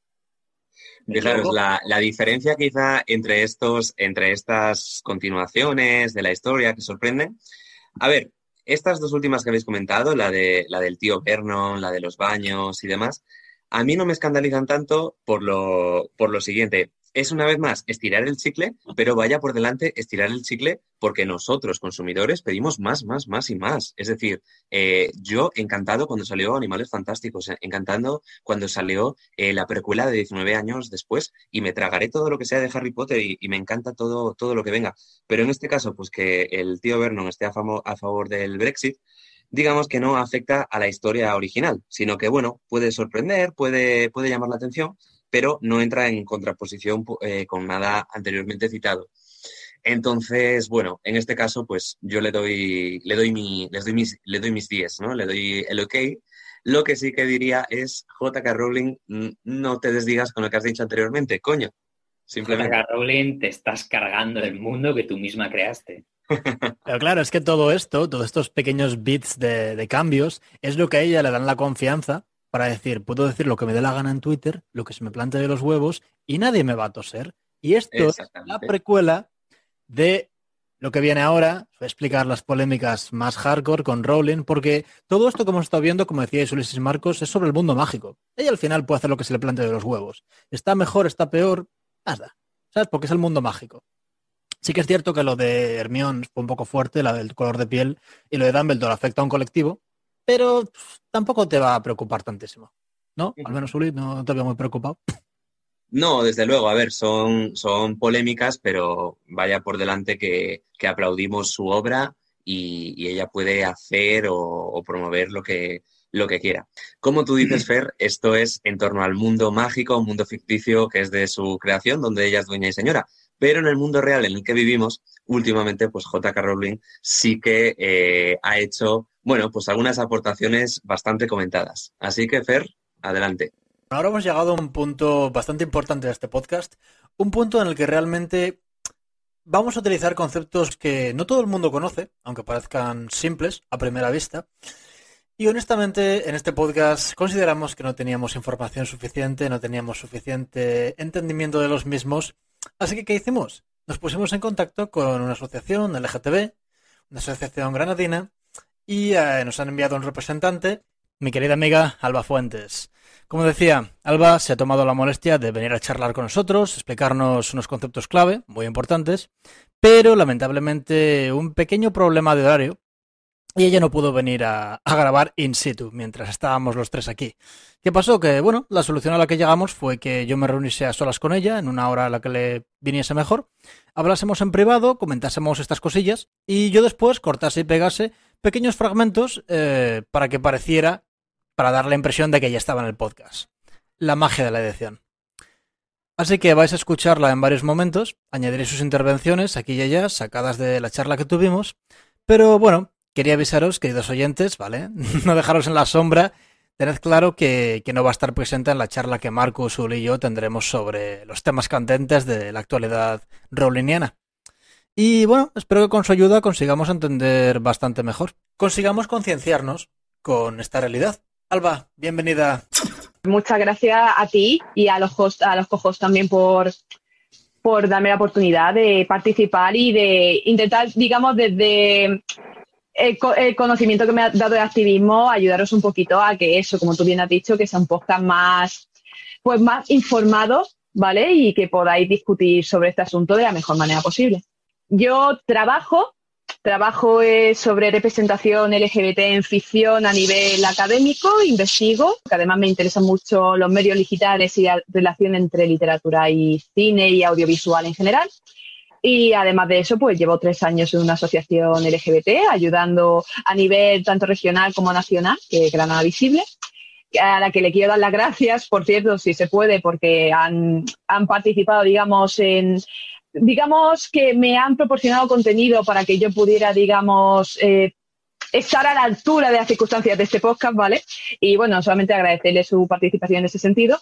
[SPEAKER 2] Fijaros, la, la diferencia quizá entre estos, entre estas continuaciones de la historia que sorprenden. A ver, estas dos últimas que habéis comentado, la de la del tío Vernon, la de los baños y demás, a mí no me escandalizan tanto por lo, por lo siguiente. Es una vez más estirar el chicle, pero vaya por delante estirar el chicle porque nosotros, consumidores, pedimos más, más, más y más. Es decir, eh, yo encantado cuando salió Animales Fantásticos, encantando cuando salió eh, la precuela de diecinueve años después y me tragaré todo lo que sea de Harry Potter y, y me encanta todo, todo lo que venga. Pero en este caso, pues que el tío Vernon esté a, famo- a favor del Brexit, digamos que no afecta a la historia original, sino que, bueno, puede sorprender, puede, puede llamar la atención, pero no entra en contraposición eh, con nada anteriormente citado. Entonces, bueno, en este caso, pues yo le doy, le doy mi, les doy mis, le doy mis diez, ¿no? Le doy el ok. Lo que sí que diría es, J K Rowling, no te desdigas con lo que has dicho anteriormente, coño. Simplemente.
[SPEAKER 3] J K Rowling, te estás cargando el mundo que tú misma creaste.
[SPEAKER 1] Pero claro, es que todo esto, todos estos pequeños bits de, de cambios, es lo que a ella le dan la confianza para decir, puedo decir lo que me dé la gana en Twitter, lo que se me plante de los huevos y nadie me va a toser. Y esto es la precuela de lo que viene ahora. Voy a explicar las polémicas más hardcore con Rowling, porque todo esto que hemos estado viendo, como decíais Ulises y Marcos, es sobre el mundo mágico. Ella al final puede hacer lo que se le plante de los huevos. Está mejor, está peor, nada. ¿Sabes? Porque es el mundo mágico. Sí que es cierto que lo de Hermione fue un poco fuerte, la del color de piel, y lo de Dumbledore afecta a un colectivo, pero pff, tampoco te va a preocupar tantísimo, ¿no? Al menos, Uli, no te veo muy preocupado.
[SPEAKER 2] No, desde luego, a ver, son, son polémicas, pero vaya por delante que, que aplaudimos su obra y, y ella puede hacer o, o promover lo que, lo que quiera. Como tú dices, Fer, esto es en torno al mundo mágico, un mundo ficticio que es de su creación, donde ella es dueña y señora. Pero en el mundo real en el que vivimos, últimamente, pues J K. Rowling sí que eh, ha hecho, bueno, pues algunas aportaciones bastante comentadas. Así que, Fer, adelante.
[SPEAKER 1] Ahora hemos llegado a un punto bastante importante de este podcast, un punto en el que realmente vamos a utilizar conceptos que no todo el mundo conoce, aunque parezcan simples a primera vista. Y honestamente, en este podcast consideramos que no teníamos información suficiente, no teníamos suficiente entendimiento de los mismos. Así que, ¿qué hicimos? Nos pusimos en contacto con una asociación L G T B, una asociación granadina, y eh, nos han enviado un representante, mi querida amiga Alba Fuentes. Como decía, Alba se ha tomado la molestia de venir a charlar con nosotros, explicarnos unos conceptos clave, muy importantes, pero lamentablemente un pequeño problema de horario y ella no pudo venir a, a grabar in situ mientras estábamos los tres aquí. ¿Qué pasó? Que, bueno, la solución a la que llegamos fue que yo me reuniese a solas con ella en una hora a la que le viniese mejor, hablásemos en privado, comentásemos estas cosillas y yo después cortase y pegase pequeños fragmentos eh, para que pareciera, para dar la impresión de que ya estaba en el podcast. La magia de la edición. Así que vais a escucharla en varios momentos, añadiré sus intervenciones aquí y allá, sacadas de la charla que tuvimos, pero bueno, quería avisaros, queridos oyentes, ¿vale? No dejaros en la sombra, tened claro que, que no va a estar presente en la charla que Marcus, Uli y yo tendremos sobre los temas candentes de la actualidad rowlingiana. Y bueno, espero que con su ayuda consigamos entender bastante mejor. Consigamos concienciarnos con esta realidad. Alba, bienvenida.
[SPEAKER 4] Muchas gracias a ti y a los host, a los co-hosts también por, por darme la oportunidad de participar y de intentar, digamos, desde el, el conocimiento que me ha dado de activismo, ayudaros un poquito a que eso, como tú bien has dicho, que sea un podcast más, pues más informado, ¿vale? Y que podáis discutir sobre este asunto de la mejor manera posible. Yo trabajo... Trabajo eh, sobre representación L G B T en ficción a nivel académico, investigo, que además me interesan mucho los medios digitales y la relación entre literatura y cine y audiovisual en general. Y además de eso, pues llevo tres años en una asociación L G B T, ayudando a nivel tanto regional como nacional, que es Granada Visible, a la que le quiero dar las gracias, por cierto, si se puede, porque han, han participado, digamos, en... digamos que me han proporcionado contenido para que yo pudiera, digamos, eh, estar a la altura de las circunstancias de este podcast, ¿vale? Y bueno, solamente agradecerle su participación en ese sentido.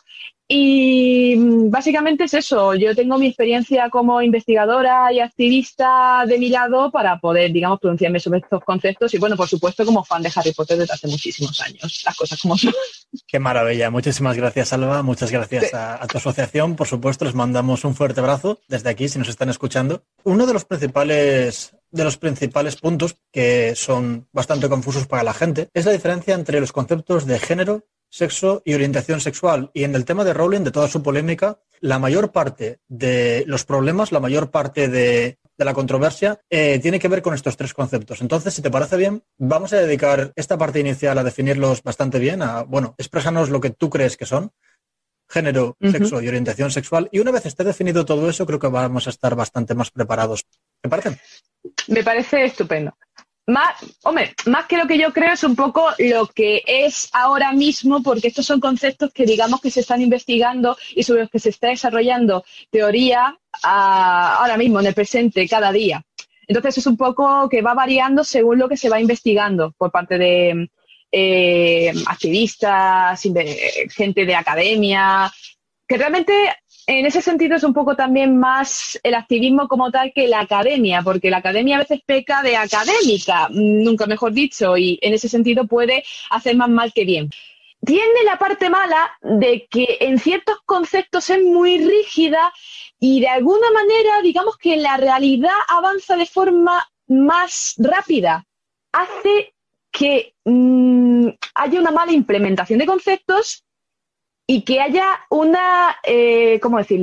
[SPEAKER 4] Y básicamente es eso, yo tengo mi experiencia como investigadora y activista de mi lado para poder, digamos, pronunciarme sobre estos conceptos y bueno, por supuesto, como fan de Harry Potter desde hace muchísimos años, las cosas como son.
[SPEAKER 1] Qué maravilla, muchísimas gracias, Alba, muchas gracias a, a tu asociación, por supuesto, les mandamos un fuerte abrazo desde aquí si nos están escuchando. Uno de los principales... de los principales puntos que son bastante confusos para la gente es la diferencia entre los conceptos de género, sexo y orientación sexual. Y en el tema de Rowling, de toda su polémica, la mayor parte de los problemas, la mayor parte de, de la controversia eh, tiene que ver con estos tres conceptos. Entonces, si te parece bien, vamos a dedicar esta parte inicial a definirlos bastante bien, a, bueno, expresanos lo que tú crees que son. Género, uh-huh. sexo y orientación sexual. Y una vez esté definido todo eso, creo que vamos a estar bastante más preparados. ¿Te parece?
[SPEAKER 4] Me parece estupendo. Más, hombre, más que lo que yo creo es un poco lo que es ahora mismo, porque estos son conceptos que digamos que se están investigando y sobre los que se está desarrollando teoría a, ahora mismo, en el presente, cada día. Entonces es un poco que va variando según lo que se va investigando por parte de... Eh, activistas, gente de academia, que realmente en ese sentido es un poco también más el activismo como tal que la academia, porque la academia a veces peca de académica, nunca mejor dicho, y en ese sentido puede hacer más mal que bien. Tiene la parte mala de que en ciertos conceptos es muy rígida y de alguna manera, digamos que la realidad avanza de forma más rápida. Hace que mmm, haya una mala implementación de conceptos y que haya una, eh, ¿cómo decirlo?,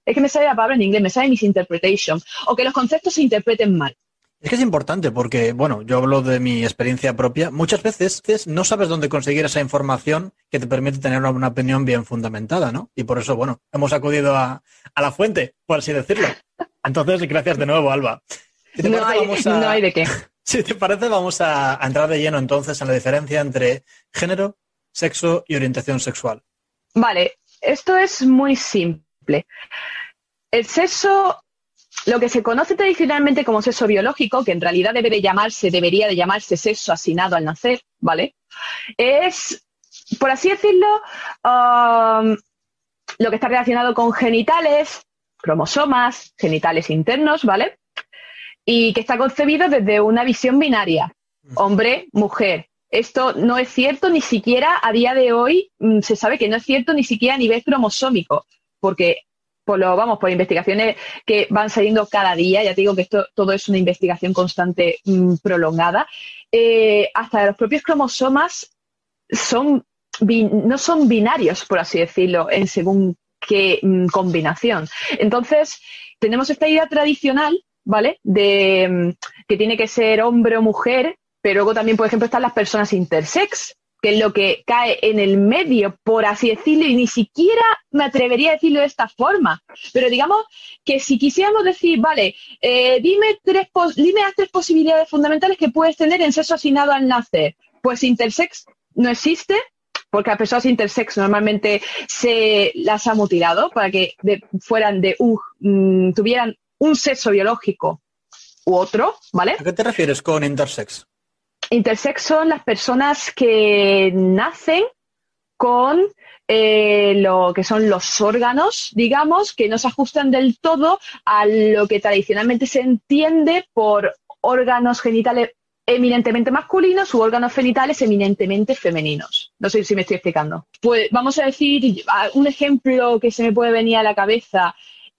[SPEAKER 4] es que me sale la palabra en inglés, me sale misinterpretation, o que los conceptos se interpreten mal.
[SPEAKER 1] Es que es importante porque, bueno, yo hablo de mi experiencia propia. Muchas veces no sabes dónde conseguir esa información que te permite tener una, una opinión bien fundamentada, ¿no? Y por eso, bueno, hemos acudido a, a la fuente, por así decirlo. Entonces, gracias de nuevo, Alba. Si te
[SPEAKER 4] no,
[SPEAKER 1] parece,
[SPEAKER 4] hay,
[SPEAKER 1] vamos a,
[SPEAKER 4] no hay de qué.
[SPEAKER 1] Si te parece, vamos a, a entrar de lleno entonces en la diferencia entre género, sexo y orientación sexual.
[SPEAKER 4] Vale, esto es muy simple. El sexo... Lo que se conoce tradicionalmente como sexo biológico, que en realidad debe de llamarse, debería de llamarse sexo asignado al nacer, ¿vale? Es, por así decirlo, um, lo que está relacionado con genitales, cromosomas, genitales internos, ¿vale? Y que está concebido desde una visión binaria, hombre, mujer. Esto no es cierto ni siquiera a día de hoy, se sabe que no es cierto ni siquiera a nivel cromosómico, porque... Por lo, vamos, por investigaciones que van saliendo cada día, ya te digo que esto todo es una investigación constante mmm, prolongada, eh, hasta los propios cromosomas son no son binarios, por así decirlo, en según qué mmm, combinación. Entonces, tenemos esta idea tradicional, ¿vale?, de mmm, que tiene que ser hombre o mujer, pero luego también, por ejemplo, están las personas intersex, que es lo que cae en el medio, por así decirlo, y ni siquiera me atrevería a decirlo de esta forma. Pero digamos que si quisiéramos decir, vale, eh, dime, tres pos dime las tres posibilidades fundamentales que puedes tener en sexo asignado al nacer. Pues intersex no existe, porque las personas intersex normalmente se las ha mutilado para que de, fueran de un, mmm, tuvieran un sexo biológico u otro, ¿vale?
[SPEAKER 1] ¿A qué te refieres con intersex?
[SPEAKER 4] Intersex son las personas que nacen con eh, lo que son los órganos, digamos, que no se ajustan del todo a lo que tradicionalmente se entiende por órganos genitales eminentemente masculinos u órganos genitales eminentemente femeninos. No sé si me estoy explicando. Pues vamos a decir un ejemplo que se me puede venir a la cabeza.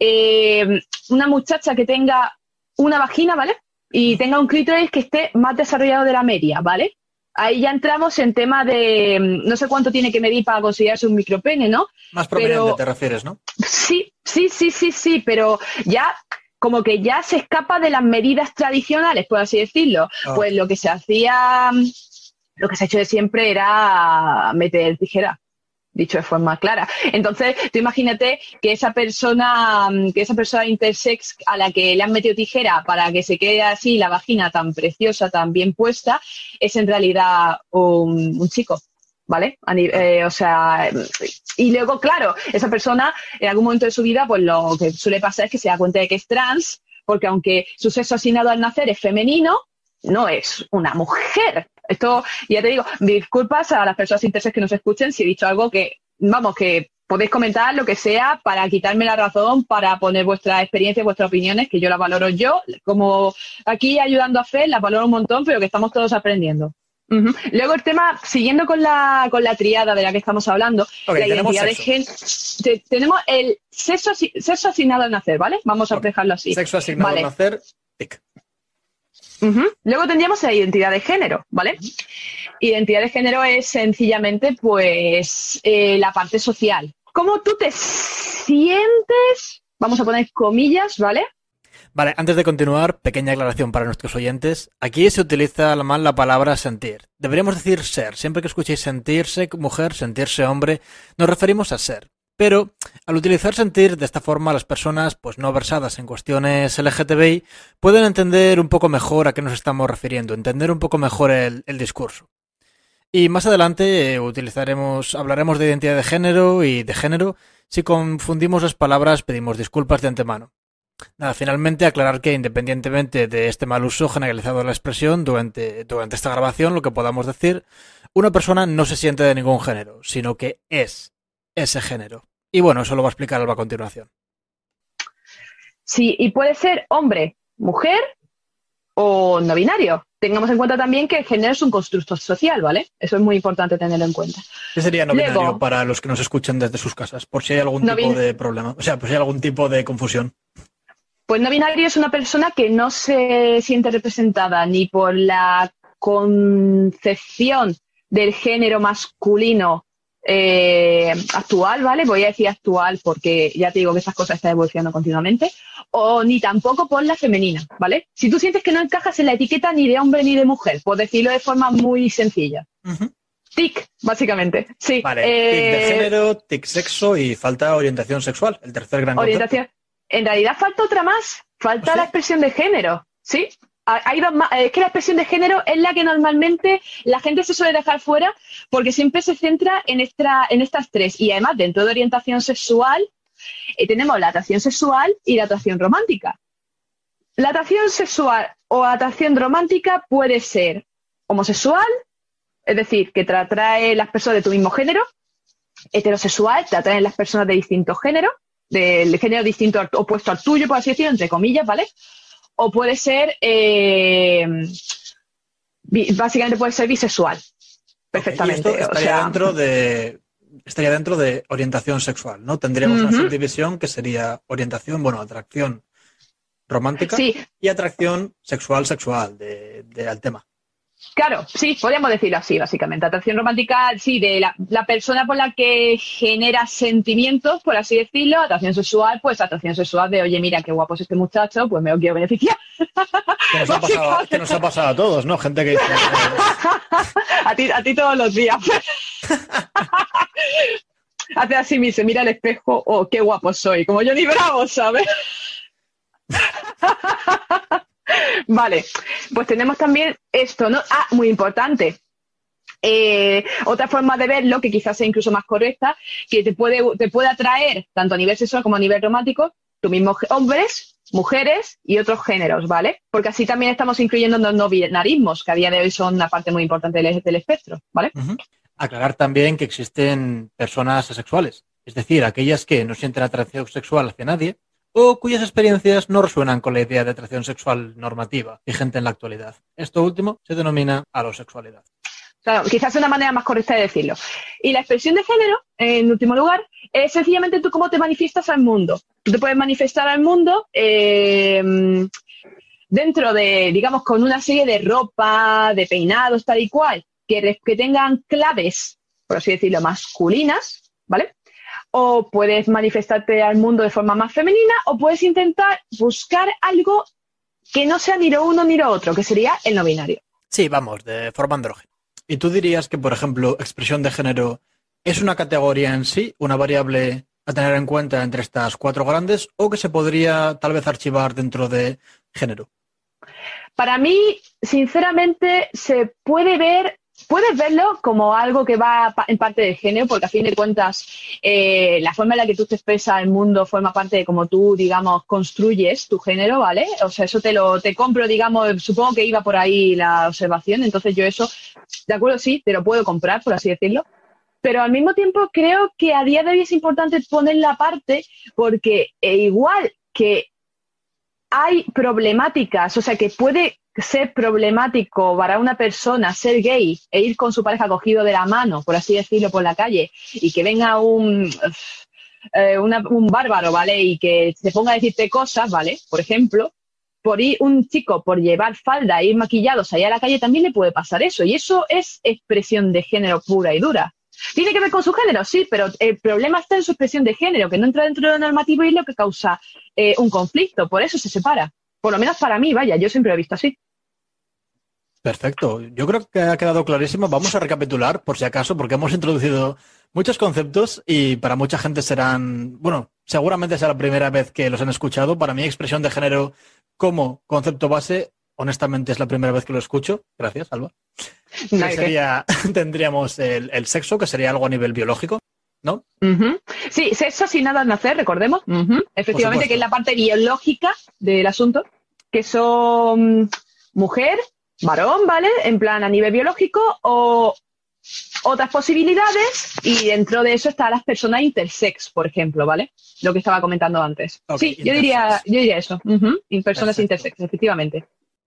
[SPEAKER 4] Eh, una muchacha que tenga una vagina, ¿vale?, y tenga un clítoris que esté más desarrollado de la media, ¿vale? Ahí ya entramos en tema de... No sé cuánto tiene que medir para considerarse un micropene, ¿no?
[SPEAKER 1] Más prominente
[SPEAKER 4] pero,
[SPEAKER 1] te refieres, ¿no?
[SPEAKER 4] Sí, sí, sí, sí, sí, pero ya como que ya se escapa de las medidas tradicionales, por así decirlo. Oh. Pues lo que se hacía, lo que se ha hecho de siempre era meter tijera, dicho de forma clara. Entonces, tú imagínate que esa persona, que esa persona intersex a la que le han metido tijera para que se quede así la vagina tan preciosa, tan bien puesta, es en realidad un, un chico, ¿vale? Eh, o sea, y luego, claro, esa persona en algún momento de su vida, pues lo que suele pasar es que se da cuenta de que es trans, porque aunque su sexo asignado al nacer es femenino, no es una mujer. Esto, ya te digo, disculpas a las personas intersex que nos escuchen si he dicho algo que, vamos, que podéis comentar lo que sea para quitarme la razón, para poner vuestras experiencias, vuestras opiniones, que yo las valoro yo, como aquí ayudando a Fer, las valoro un montón, pero que estamos todos aprendiendo. Uh-huh. Luego el tema, siguiendo con la, con la triada de la que estamos hablando, okay, la identidad de género. Te, tenemos el sexo, sexo asignado al nacer, ¿vale? Vamos a okay. dejarlo así.
[SPEAKER 1] Sexo asignado vale. al nacer, tic.
[SPEAKER 4] Uh-huh. Luego tendríamos la identidad de género, ¿vale? Identidad de género es sencillamente, pues, eh, la parte social. ¿Cómo tú te sientes? Vamos a poner comillas, ¿vale?
[SPEAKER 1] Vale, antes de continuar, pequeña aclaración para nuestros oyentes. Aquí se utiliza mal la palabra sentir. Deberíamos decir ser. Siempre que escuchéis sentirse mujer, sentirse hombre, nos referimos a ser. Pero al utilizar sentir de esta forma, las personas pues no versadas en cuestiones L G T B I pueden entender un poco mejor a qué nos estamos refiriendo, entender un poco mejor el, el discurso. Y más adelante eh, utilizaremos, hablaremos de identidad de género y de género. Si confundimos las palabras, pedimos disculpas de antemano. Nada, finalmente aclarar que independientemente de este mal uso generalizado de la expresión durante, durante esta grabación, lo que podamos decir, una persona no se siente de ningún género, sino que es ese género. Y bueno, eso lo va a explicar Alba a continuación.
[SPEAKER 4] Sí, y puede ser hombre, mujer o no binario. Tengamos en cuenta también que el género es un constructo social, ¿vale? Eso es muy importante tenerlo en cuenta.
[SPEAKER 1] ¿Qué sería no binario Luego, para los que nos escuchen desde sus casas? Por si hay algún no tipo de problema, o sea, por si hay algún tipo de confusión.
[SPEAKER 4] Pues no binario es una persona que no se siente representada ni por la concepción del género masculino eh, actual, ¿vale? Voy a decir actual porque ya te digo que estas cosas están evolucionando continuamente, o ni tampoco por la femenina, ¿vale? Si tú sientes que no encajas en la etiqueta ni de hombre ni de mujer, por decirlo de forma muy sencilla. Uh-huh. T I C, básicamente, sí.
[SPEAKER 1] Vale, eh, T I C de género, T I C sexo y falta orientación sexual, el tercer gran
[SPEAKER 4] orientación. Concepto. En realidad falta otra más, falta ¿Oh, sí? la expresión de género, ¿sí? Hay dos más, es que la expresión de género es la que normalmente la gente se suele dejar fuera porque siempre se centra en, esta, en estas tres. Y además, dentro de orientación sexual, eh, tenemos la atracción sexual y la atracción romántica. La atracción sexual o atracción romántica puede ser homosexual, es decir, que te atrae las personas de tu mismo género, heterosexual, te atraen las personas de distintos géneros, del género distinto opuesto al tuyo, por así decirlo, entre comillas, ¿vale? O puede ser, eh, básicamente puede ser bisexual, perfectamente.
[SPEAKER 1] Okay, y esto estaría, o sea, dentro de, estaría dentro de orientación sexual, ¿no? Tendríamos uh-huh. una subdivisión que sería orientación, bueno, atracción romántica
[SPEAKER 4] sí.
[SPEAKER 1] y atracción sexual-sexual de, de, al tema.
[SPEAKER 4] Claro, sí, podríamos decirlo así, básicamente. Atracción romántica, sí, de la, la persona por la que genera sentimientos, por así decirlo. Atracción sexual, pues atracción sexual de, oye, mira, qué guapo es este muchacho, pues me lo quiero beneficiar.
[SPEAKER 1] Que nos, ha pasado, que nos ha pasado a todos, ¿no? Gente que dice...
[SPEAKER 4] a, ti, a ti todos los días. Hace así, me se mira al espejo, oh, qué guapo soy, como Johnny Bravo, ¿sabes? Vale, pues tenemos también esto, ¿no? Ah, muy importante. Eh, otra forma de verlo, que quizás sea incluso más correcta, que te puede, te puede atraer, tanto a nivel sexual como a nivel romántico, tú mismo hombres, mujeres y otros géneros, ¿vale? Porque así también estamos incluyendo los no binarismos, que a día de hoy son una parte muy importante del, del espectro, ¿vale?
[SPEAKER 1] Uh-huh. Aclarar también que existen personas asexuales, es decir, aquellas que no sienten atracción sexual hacia nadie, o cuyas experiencias no resuenan con la idea de atracción sexual normativa vigente en la actualidad. Esto último se denomina alosexualidad.
[SPEAKER 4] Claro, quizás es una manera más correcta de decirlo. Y la expresión de género, en último lugar, es sencillamente tú cómo te manifiestas al mundo. Tú te puedes manifestar al mundo eh, dentro de, digamos, con una serie de ropa, de peinados, tal y cual, que, que tengan claves, por así decirlo, masculinas, ¿vale? O puedes manifestarte al mundo de forma más femenina, o puedes intentar buscar algo que no sea ni lo uno ni lo otro, que sería el no binario.
[SPEAKER 1] Sí, vamos, de forma andrógena. ¿Y tú dirías que, por ejemplo, expresión de género es una categoría en sí, una variable a tener en cuenta entre estas cuatro grandes, o que se podría tal vez archivar dentro de género?
[SPEAKER 4] Para mí, sinceramente, se puede ver... Puedes verlo como algo que va en parte del género, porque a fin de cuentas eh, la forma en la que tú te expresas al mundo forma parte de cómo tú, digamos, construyes tu género, ¿vale? O sea, eso te lo te compro, digamos, supongo que iba por ahí la observación, entonces yo eso, de acuerdo, sí, te lo puedo comprar, por así decirlo, pero al mismo tiempo creo que a día de hoy es importante ponerla aparte porque eh, igual que hay problemáticas, o sea, que puede ser problemático para una persona ser gay e ir con su pareja cogido de la mano, por así decirlo, por la calle, y que venga un, eh, una, un bárbaro, ¿vale? Y que se ponga a decirte cosas, ¿vale? Por ejemplo, por ir un chico, por llevar falda e ir maquillados allá a la calle, también le puede pasar eso. Y eso es expresión de género pura y dura. ¿Tiene que ver con su género? Sí, pero el problema está en su expresión de género, que no entra dentro de lo normativo y es lo que causa eh, un conflicto. Por eso se separa. Por lo menos para mí, vaya, yo siempre lo he visto así.
[SPEAKER 1] Perfecto. Yo creo que ha quedado clarísimo. Vamos a recapitular, por si acaso, porque hemos introducido muchos conceptos y para mucha gente serán, bueno, seguramente será la primera vez que los han escuchado. Para mí, expresión de género como concepto base, honestamente es la primera vez que lo escucho. Gracias, Alba. No, que sería, tendríamos el, el sexo, que sería algo a nivel biológico, ¿no?
[SPEAKER 4] Uh-huh. Sí, sexo sin nada al nacer, recordemos. Uh-huh. Efectivamente, que es la parte biológica del asunto, que son mujer, varón, ¿vale? En plan a nivel biológico, o otras posibilidades, y dentro de eso están las personas intersex, por ejemplo, ¿vale? Lo que estaba comentando antes. Okay, sí, yo diría, yo diría eso. Uh-huh. Personas Perfecto. Intersex, efectivamente.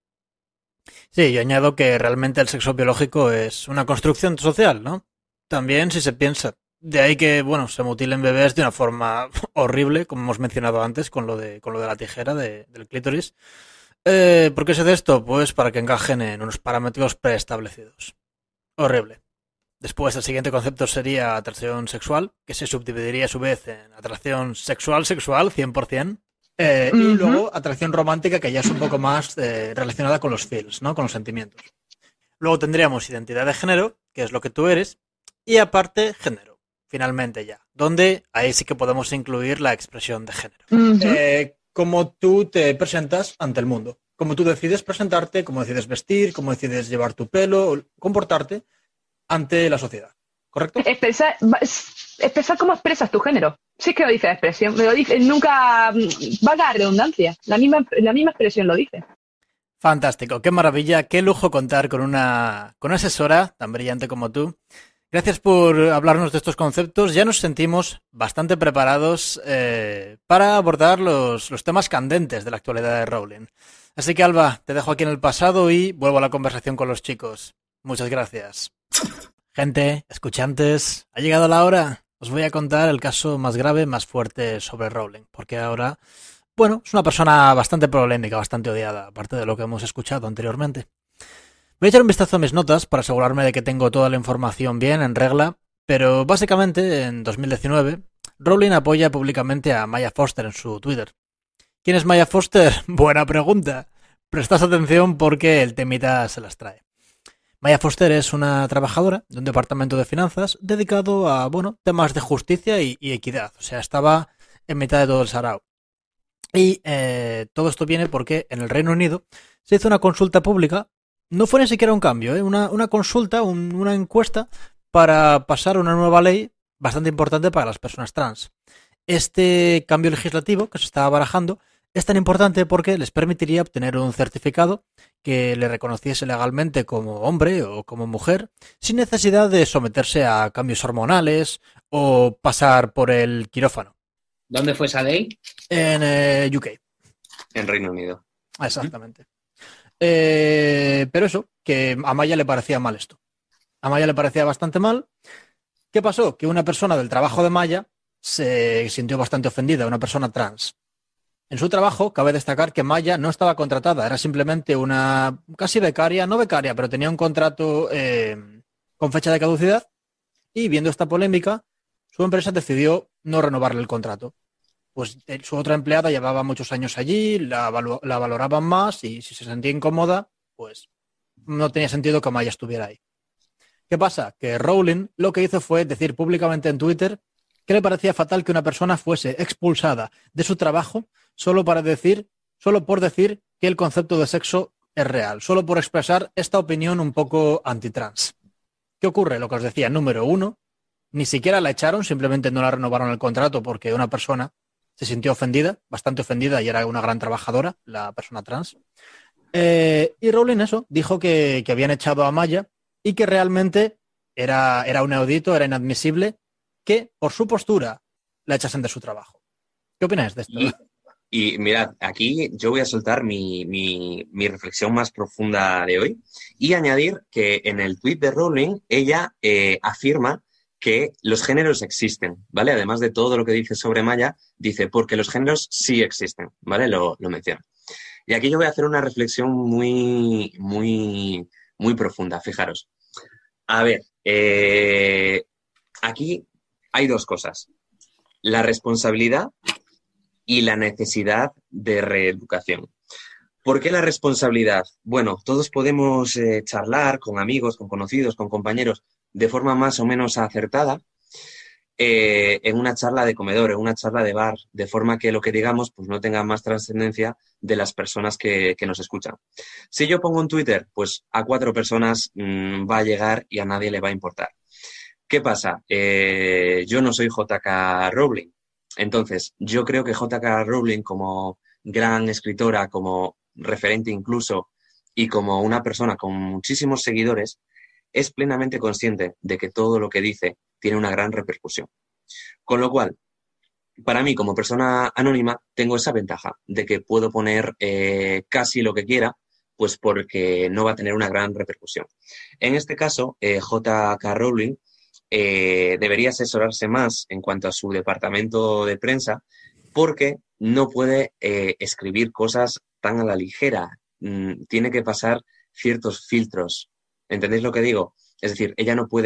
[SPEAKER 1] Sí, yo añado que realmente el sexo biológico es una construcción social, ¿no? También si se piensa. De ahí que, bueno, se mutilen bebés de una forma horrible, como hemos mencionado antes, con lo de, con lo de la tijera de, del clítoris. Eh, ¿Por qué se hace esto? Pues para que encajen en unos parámetros preestablecidos. Horrible. Después el siguiente concepto sería atracción sexual, que se subdividiría a su vez en atracción sexual-sexual, cien por ciento. Eh, uh-huh. Y luego atracción romántica, que ya es un poco más eh, relacionada con los feels, ¿no? Con los sentimientos. Luego tendríamos identidad de género, que es lo que tú eres, y aparte género, finalmente ya, donde ahí sí que podemos incluir la expresión de género. Uh-huh. Eh, cómo tú te presentas ante el mundo, cómo tú decides presentarte, cómo decides vestir, cómo decides llevar tu pelo, comportarte ante la sociedad, ¿correcto?
[SPEAKER 4] Expresar, expresar cómo expresas tu género. Sí que lo dice la expresión, me lo dice, nunca valga la redundancia, la misma, la misma expresión lo dice.
[SPEAKER 1] Fantástico, qué maravilla, qué lujo contar con una, con una asesora tan brillante como tú. Gracias por hablarnos de estos conceptos. Ya nos sentimos bastante preparados eh, para abordar los, los temas candentes de la actualidad de Rowling. Así que, Alba, te dejo aquí en el pasado y vuelvo a la conversación con los chicos. Muchas gracias. Gente, escuchantes, ha llegado la hora. Os voy a contar el caso más grave, más fuerte sobre Rowling, porque ahora, bueno, es una persona bastante polémica, bastante odiada, aparte de lo que hemos escuchado anteriormente. Voy a echar un vistazo a mis notas para asegurarme de que tengo toda la información bien, en regla, pero básicamente en dos mil diecinueve, Rowling apoya públicamente a Maya Foster en su Twitter. ¿Quién es Maya Foster? Buena pregunta. Prestad atención porque el temita se las trae. Maya Foster es una trabajadora de un departamento de finanzas dedicado a, bueno, temas de justicia y, y equidad. O sea, estaba en mitad de todo el sarao. Y eh, todo esto viene porque en el Reino Unido se hizo una consulta pública. No fue ni siquiera un cambio, ¿eh? una, una consulta, un, una encuesta para pasar una nueva ley bastante importante para las personas trans. Este cambio legislativo que se estaba barajando es tan importante porque les permitiría obtener un certificado que le reconociese legalmente como hombre o como mujer sin necesidad de someterse a cambios hormonales o pasar por el quirófano.
[SPEAKER 3] ¿Dónde fue esa ley?
[SPEAKER 1] En eh, U K.
[SPEAKER 2] En Reino Unido.
[SPEAKER 1] Exactamente. ¿Mm? Eh, pero eso, que a Maya le parecía mal esto. A Maya le parecía bastante mal. ¿Qué pasó? Que una persona del trabajo de Maya se sintió bastante ofendida, una persona trans. En su trabajo, cabe destacar que Maya no estaba contratada, era simplemente una casi becaria, no becaria, pero tenía un contrato eh, con fecha de caducidad y viendo esta polémica, su empresa decidió no renovarle el contrato. Pues eh, su otra empleada llevaba muchos años allí, la, valo- la valoraban más y si se sentía incómoda, pues no tenía sentido que Maya estuviera ahí. ¿Qué pasa? Que Rowling lo que hizo fue decir públicamente en Twitter que le parecía fatal que una persona fuese expulsada de su trabajo solo para decir, solo por decir que el concepto de sexo es real, solo por expresar esta opinión un poco antitrans. ¿Qué ocurre? Lo que os decía, número uno, ni siquiera la echaron, simplemente no la renovaron el contrato porque una persona se sintió ofendida, bastante ofendida y era una gran trabajadora, la persona trans. Eh, y Rowling eso, dijo que, que habían echado a Maya y que realmente era, era un inaudito, era inadmisible que por su postura la echasen de su trabajo. ¿Qué opináis de esto?
[SPEAKER 2] Y, y mirad, aquí yo voy a soltar mi, mi, mi reflexión más profunda de hoy y añadir que en el tuit de Rowling ella eh, afirma que los géneros existen, ¿vale? Además de todo lo que dice sobre Maya, dice porque los géneros sí existen, ¿vale? Lo, lo menciona. Y aquí yo voy a hacer una reflexión muy, muy, muy profunda, fijaros. A ver, eh, aquí hay dos cosas. La responsabilidad y la necesidad de reeducación. ¿Por qué la responsabilidad? Bueno, todos podemos eh, charlar con amigos, con conocidos, con compañeros de forma más o menos acertada eh, en una charla de comedor, en una charla de bar, de forma que lo que digamos pues no tenga más trascendencia de las personas que, que nos escuchan. Si yo pongo en Twitter, pues a cuatro personas mmm, va a llegar y a nadie le va a importar. ¿Qué pasa? Eh, yo no soy J K Rowling. Entonces, yo creo que J K Rowling como gran escritora, como referente incluso, y como una persona con muchísimos seguidores, es plenamente consciente de que todo lo que dice tiene una gran repercusión. Con lo cual, para mí, como persona anónima, tengo esa ventaja de que puedo poner eh, casi lo que quiera, pues porque no va a tener una gran repercusión. En este caso, eh, J K Rowling eh, debería asesorarse más en cuanto a su departamento de prensa, porque no puede eh, escribir cosas tan a la ligera. Mm, tiene que pasar ciertos filtros. ¿Entendéis lo que digo? Es decir, ella no puede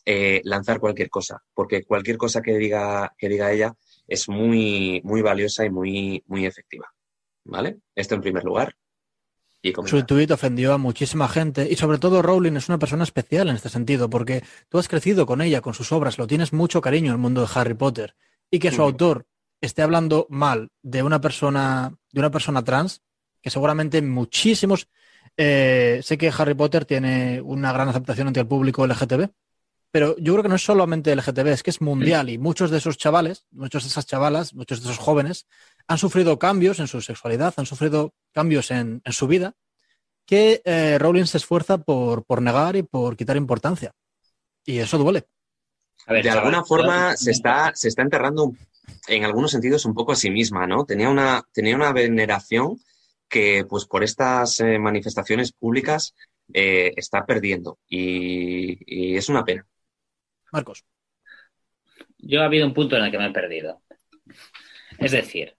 [SPEAKER 2] eh, lanzar cualquier cosa, porque cualquier cosa que diga, que diga ella es muy, muy valiosa y muy, muy efectiva, ¿vale? Esto en primer lugar. Y
[SPEAKER 1] su tuit ofendió a muchísima gente y sobre todo Rowling es una persona especial en este sentido porque tú has crecido con ella, con sus obras, lo tienes mucho cariño en el mundo de Harry Potter y que su uh-huh. autor esté hablando mal de una persona, de una persona trans, que seguramente muchísimos... Eh, sé que Harry Potter tiene una gran aceptación entre el público L G T B, pero yo creo que no es solamente L G T B, es que es mundial y muchos de esos chavales, muchos de esas chavalas, muchos de esos jóvenes han sufrido cambios en su sexualidad, han sufrido cambios en, en su vida que eh, Rowling se esfuerza por, por negar y por quitar importancia. Y eso duele.
[SPEAKER 2] A ver, de chaval, alguna forma se está, se está enterrando en algunos sentidos un poco a sí misma, ¿no? Tenía una, tenía una veneración que pues por estas eh, manifestaciones públicas eh, está perdiendo y, y es una pena.
[SPEAKER 1] Marcos.
[SPEAKER 3] Yo ha habido un punto en el que me he perdido. Es decir,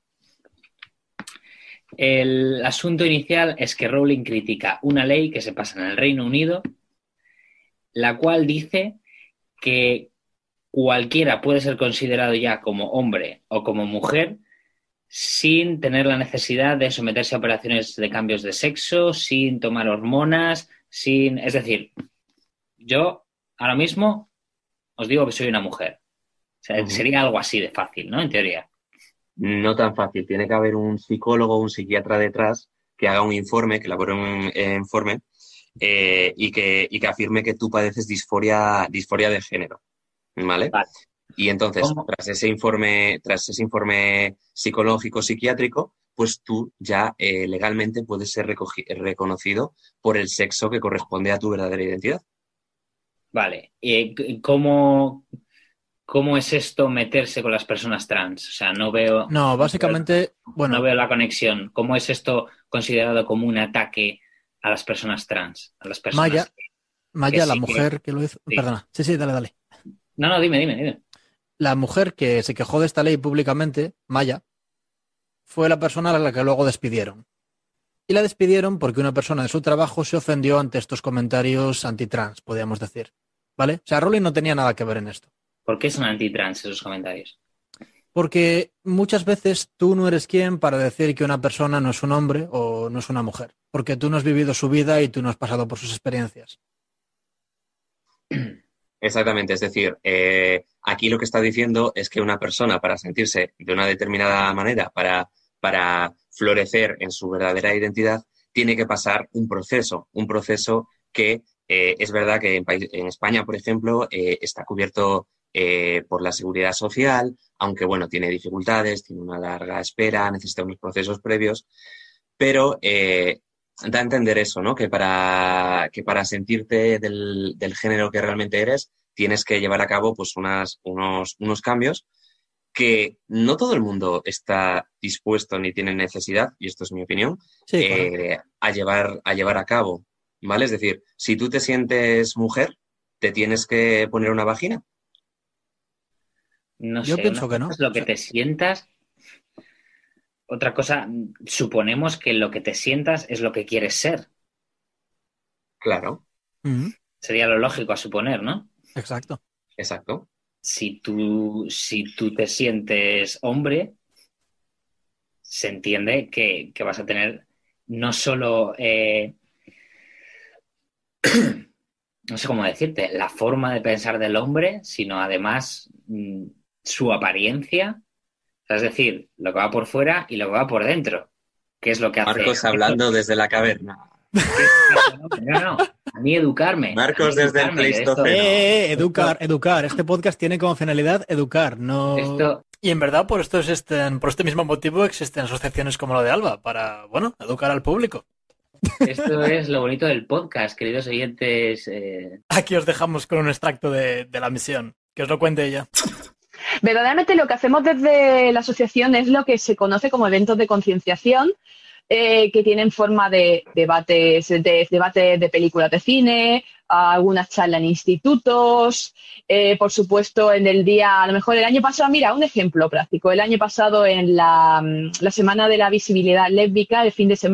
[SPEAKER 3] el asunto inicial es que Rowling critica una ley que se pasa en el Reino Unido, la cual dice que cualquiera puede ser considerado ya como hombre o como mujer sin tener la necesidad de someterse a operaciones de cambios de sexo, sin tomar hormonas, sin... Es decir, yo ahora mismo os digo que soy una mujer. O sea, uh-huh. sería algo así de fácil, ¿no? En teoría.
[SPEAKER 2] No tan fácil. Tiene que haber un psicólogo, un psiquiatra detrás que haga un informe, que elabore un eh, informe eh, y, que, y que afirme que tú padeces disforia, disforia de género. ¿Vale? Vale. Y entonces, ¿cómo? tras ese informe, tras ese informe psicológico, psiquiátrico, pues tú ya eh, legalmente puedes ser recogi- reconocido por el sexo que corresponde a tu verdadera identidad.
[SPEAKER 3] Vale. ¿Y cómo, cómo es esto meterse con las personas trans? O sea, no veo...
[SPEAKER 1] No, básicamente,
[SPEAKER 3] no veo,
[SPEAKER 1] bueno...
[SPEAKER 3] No veo la conexión. ¿Cómo es esto considerado como un ataque a las personas trans? A las personas
[SPEAKER 1] Maya,
[SPEAKER 3] que,
[SPEAKER 1] Maya
[SPEAKER 3] que
[SPEAKER 1] la
[SPEAKER 3] sí
[SPEAKER 1] mujer
[SPEAKER 3] que...
[SPEAKER 1] que lo hizo...
[SPEAKER 3] Sí.
[SPEAKER 1] Perdona. Sí, sí, dale, dale.
[SPEAKER 3] No, no, dime, dime, dime.
[SPEAKER 1] La mujer que se quejó de esta ley públicamente, Maya, fue la persona a la que luego despidieron. Y la despidieron porque una persona de su trabajo se ofendió ante estos comentarios antitrans, podríamos decir. ¿Vale? O sea, Rowling no tenía nada que ver en esto.
[SPEAKER 3] ¿Por qué son antitrans esos comentarios?
[SPEAKER 1] Porque muchas veces tú no eres quien para decir que una persona no es un hombre o no es una mujer. Porque tú no has vivido su vida y tú no has pasado por sus experiencias.
[SPEAKER 2] Exactamente, es decir, eh, aquí lo que está diciendo es que una persona para sentirse de una determinada manera, para, para florecer en su verdadera identidad, tiene que pasar un proceso, un proceso que eh, es verdad que en, país, en España, por ejemplo, eh, está cubierto eh, por la seguridad social, aunque bueno, tiene dificultades, tiene una larga espera, necesita unos procesos previos, pero... Eh, da a entender eso, ¿no? Que para, que para sentirte del, del género que realmente eres, tienes que llevar a cabo pues unas, unos, unos cambios que no todo el mundo está dispuesto ni tiene necesidad, y esto es mi opinión,
[SPEAKER 1] sí,
[SPEAKER 2] eh, a, llevar, a llevar a cabo, ¿vale? Es decir, si tú te sientes mujer, ¿te tienes que poner una vagina?
[SPEAKER 3] No
[SPEAKER 1] Yo
[SPEAKER 3] sé,
[SPEAKER 1] pienso que no.
[SPEAKER 3] Es lo que te sientas... Otra cosa, suponemos que lo que te sientas es lo que quieres ser.
[SPEAKER 2] Claro.
[SPEAKER 1] Uh-huh.
[SPEAKER 3] Sería lo lógico a suponer, ¿no?
[SPEAKER 1] Exacto.
[SPEAKER 2] Exacto.
[SPEAKER 3] Si tú, si tú te sientes hombre, se entiende que, que vas a tener no solo, eh, no sé cómo decirte, la forma de pensar del hombre, sino además mmm, su apariencia. Es decir, lo que va por fuera y lo que va por dentro. ¿Qué es lo que hace?
[SPEAKER 2] Marcos hablando desde la caverna.
[SPEAKER 3] No, no, a mí educarme.
[SPEAKER 2] Marcos
[SPEAKER 3] mí
[SPEAKER 2] desde
[SPEAKER 3] educarme
[SPEAKER 2] el Pleistoceno.
[SPEAKER 1] Eh, eh, educar, educar. Este podcast tiene como finalidad educar, no...
[SPEAKER 3] Esto...
[SPEAKER 1] Y en verdad por esto existen, por este mismo motivo existen asociaciones como la de Alba, para, bueno, educar al público.
[SPEAKER 3] Esto es lo bonito del podcast, queridos oyentes. Eh...
[SPEAKER 1] Aquí os dejamos con un extracto de, de la misión, que os lo cuente ella.
[SPEAKER 4] Verdaderamente lo que hacemos desde la asociación es lo que se conoce como eventos de concienciación, eh, que tienen forma de debates de, debate de películas de cine, algunas charlas en institutos, eh, por supuesto en el día, a lo mejor el año pasado, mira, un ejemplo práctico, el año pasado en la, la Semana de la Visibilidad Lésbica, el fin de semana,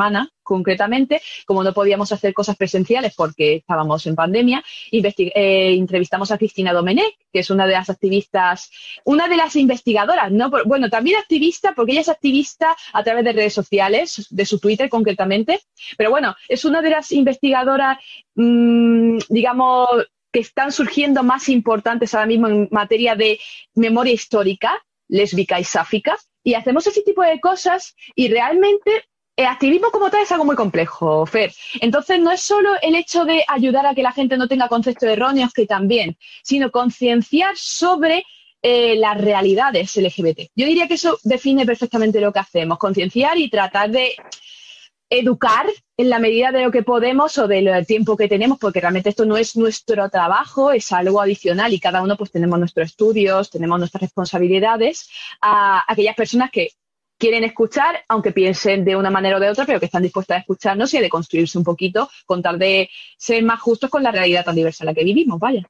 [SPEAKER 4] concretamente, como no podíamos hacer cosas presenciales porque estábamos en pandemia, investi- eh, entrevistamos a Cristina Domenech, que es una de las activistas, una de las investigadoras, ¿no? Bueno, también activista, porque ella es activista a través de redes sociales, de su Twitter concretamente, pero bueno, es una de las investigadoras, mmm, digamos, que están surgiendo más importantes ahora mismo en materia de memoria histórica, lésbica y sáfica, y hacemos ese tipo de cosas y realmente el activismo como tal es algo muy complejo, Fer. Entonces no es solo el hecho de ayudar a que la gente no tenga conceptos erróneos, que también, sino concienciar sobre eh, las realidades L G B T. Yo diría que eso define perfectamente lo que hacemos, concienciar y tratar de educar en la medida de lo que podemos o del tiempo que tenemos, porque realmente esto no es nuestro trabajo, es algo adicional y cada uno pues tenemos nuestros estudios, tenemos nuestras responsabilidades, a aquellas personas que quieren escuchar, aunque piensen de una manera o de otra, pero que están dispuestas a escucharnos y a deconstruirse un poquito con tal de ser más justos con la realidad tan diversa en la que vivimos, vaya.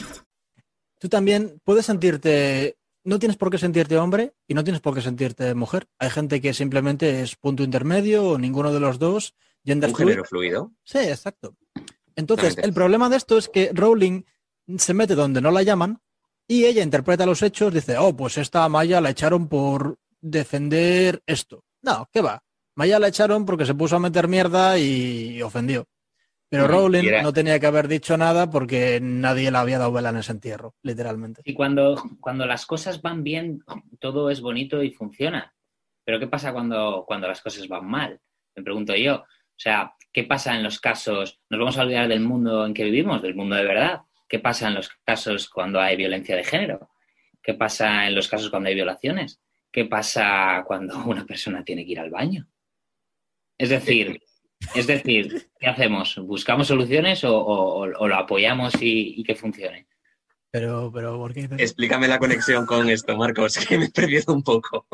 [SPEAKER 1] Tú también puedes sentirte... No tienes por qué sentirte hombre y no tienes por qué sentirte mujer. Hay gente que simplemente es punto intermedio o ninguno de los dos.
[SPEAKER 2] Gender ¿Un fluid. Género fluido?
[SPEAKER 1] Sí, exacto. Entonces, el problema de esto es que Rowling se mete donde no la llaman y ella interpreta los hechos, dice, oh, pues esta a Maya la echaron por defender esto. No, ¿qué va? Maya la echaron porque se puso a meter mierda y ofendió. Pero mm, Rowling era... no tenía que haber dicho nada porque nadie le había dado vela en ese entierro, literalmente.
[SPEAKER 3] Y cuando, cuando las cosas van bien, todo es bonito y funciona. Pero ¿qué pasa cuando, cuando las cosas van mal? Me pregunto yo. O sea, ¿qué pasa en los casos? ¿Nos vamos a olvidar del mundo en que vivimos, del mundo de verdad? ¿Qué pasa en los casos cuando hay violencia de género? ¿Qué pasa en los casos cuando hay violaciones? ¿Qué pasa cuando una persona tiene que ir al baño? Es decir... Es decir, ¿qué hacemos? ¿Buscamos soluciones o, o, o lo apoyamos y, y que funcione?
[SPEAKER 1] Pero, pero, ¿por qué?
[SPEAKER 2] Explícame la conexión con esto, Marcos, que me he perdido un poco.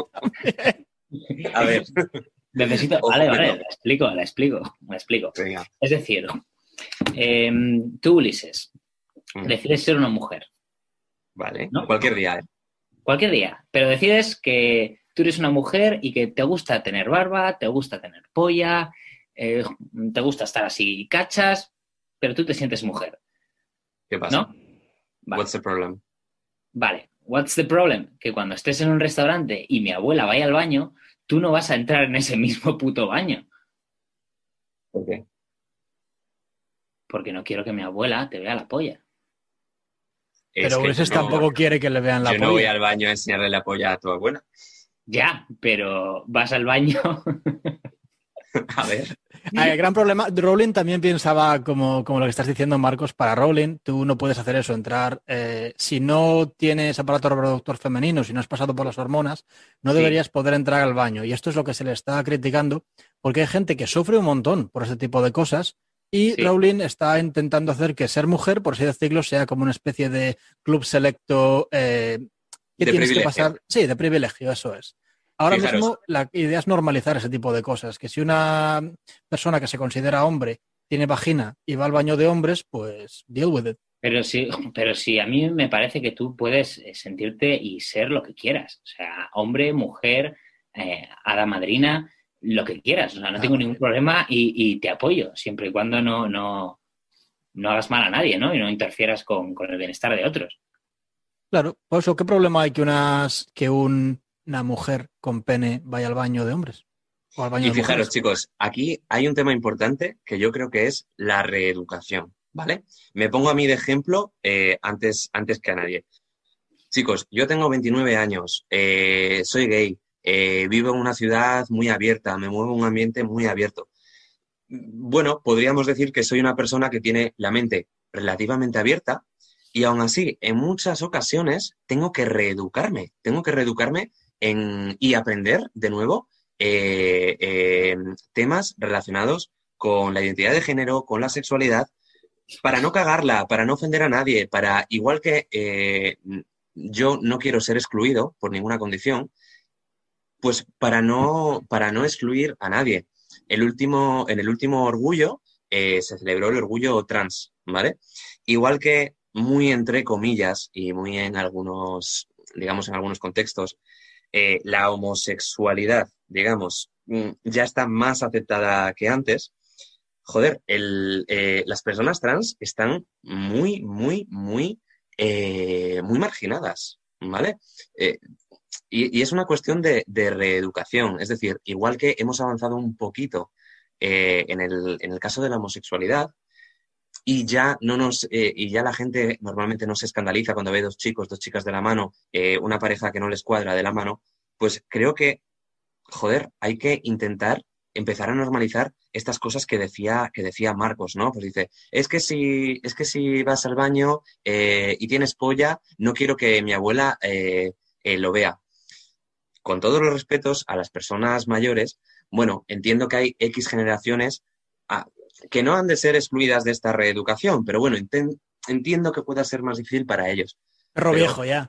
[SPEAKER 2] A ver.
[SPEAKER 3] Necesito... Ojo, vale, vale, no. la explico, la explico, la explico.
[SPEAKER 2] Venga.
[SPEAKER 3] Es decir, eh, tú, Ulises, mm. decides ser una mujer.
[SPEAKER 2] Vale, ¿no? Cualquier día, ¿eh?
[SPEAKER 3] Cualquier día, pero decides que tú eres una mujer y que te gusta tener barba, te gusta tener polla... Eh, te gusta estar así cachas, pero tú te sientes mujer.
[SPEAKER 2] ¿Qué pasa?
[SPEAKER 3] ¿No? Vale.
[SPEAKER 2] What's the problem?
[SPEAKER 3] Vale, what's the problem? Que cuando estés en un restaurante y mi abuela vaya al baño, tú no vas a entrar en ese mismo puto baño.
[SPEAKER 2] ¿Por qué?
[SPEAKER 3] Porque no quiero que mi abuela te vea la polla.
[SPEAKER 1] Pero Ulises no, tampoco quiere que le vean la
[SPEAKER 2] yo
[SPEAKER 1] polla.
[SPEAKER 2] Yo no voy al baño a enseñarle la polla a tu abuela.
[SPEAKER 3] Ya, pero vas al baño...
[SPEAKER 2] A ver.
[SPEAKER 1] El gran problema, Rowling también pensaba, como, como lo que estás diciendo, Marcos, para Rowling, tú no puedes hacer eso, entrar, eh, si no tienes aparato reproductor femenino, si no has pasado por las hormonas, no deberías sí. poder entrar al baño. Y esto es lo que se le está criticando, porque hay gente que sufre un montón por ese tipo de cosas, y sí. Rowling está intentando hacer que ser mujer, por así decirlo, sea como una especie de club selecto eh, que
[SPEAKER 2] de
[SPEAKER 1] tienes
[SPEAKER 2] privilegio.
[SPEAKER 1] que pasar. Sí, de privilegio, eso es. Ahora
[SPEAKER 2] Fijaros.
[SPEAKER 1] mismo la idea es normalizar ese tipo de cosas, que si una persona que se considera hombre tiene vagina y va al baño de hombres, pues deal with it.
[SPEAKER 3] Pero sí, pero sí, a mí me parece que tú puedes sentirte y ser lo que quieras. O sea, hombre, mujer, eh, hada madrina, lo que quieras. O sea, no ah, tengo ningún problema y, y te apoyo, siempre y cuando no, no, no hagas mal a nadie, ¿no? Y no interfieras con, con el bienestar de otros.
[SPEAKER 1] Claro, por eso, ¿qué problema hay que, unas, que un... una mujer con pene vaya al baño de hombres? O al baño
[SPEAKER 2] y
[SPEAKER 1] de
[SPEAKER 2] fijaros,
[SPEAKER 1] mujeres.
[SPEAKER 2] Chicos, aquí hay un tema importante que yo creo que es la reeducación, ¿vale? Me pongo a mí de ejemplo eh, antes, antes que a nadie. Chicos, yo tengo veintinueve años, eh, soy gay, eh, vivo en una ciudad muy abierta, me muevo en un ambiente muy abierto. Bueno, podríamos decir que soy una persona que tiene la mente relativamente abierta y aún así, en muchas ocasiones, tengo que reeducarme, tengo que reeducarme En, y aprender de nuevo eh, eh, temas relacionados con la identidad de género, con la sexualidad, para no cagarla, para no ofender a nadie, para, igual que eh, yo no quiero ser excluido por ninguna condición, pues para no, para no excluir a nadie. El último, en el último orgullo eh, se celebró el orgullo trans, ¿vale? Igual que muy entre comillas y muy en algunos, digamos, en algunos contextos, Eh, la homosexualidad, digamos, ya está más aceptada que antes, joder, el, eh, las personas trans están muy, muy, muy, eh, muy marginadas, ¿vale? Eh, y, y es una cuestión de, de reeducación, es decir, igual que hemos avanzado un poquito eh, en, el, en el caso de la homosexualidad, y ya no nos eh, y ya la gente normalmente no se escandaliza cuando ve dos chicos, dos chicas de la mano, eh, una pareja que no les cuadra de la mano, pues creo que, joder, hay que intentar empezar a normalizar estas cosas que decía, que decía Marcos, ¿no? Pues dice, es que si, es que si vas al baño eh, y tienes polla, no quiero que mi abuela eh, eh, lo vea. Con todos los respetos a las personas mayores, bueno, entiendo que hay X generaciones a, que no han de ser excluidas de esta reeducación, pero bueno, enten, entiendo que pueda ser más difícil para ellos.
[SPEAKER 1] Perro
[SPEAKER 2] pero,
[SPEAKER 1] viejo ya.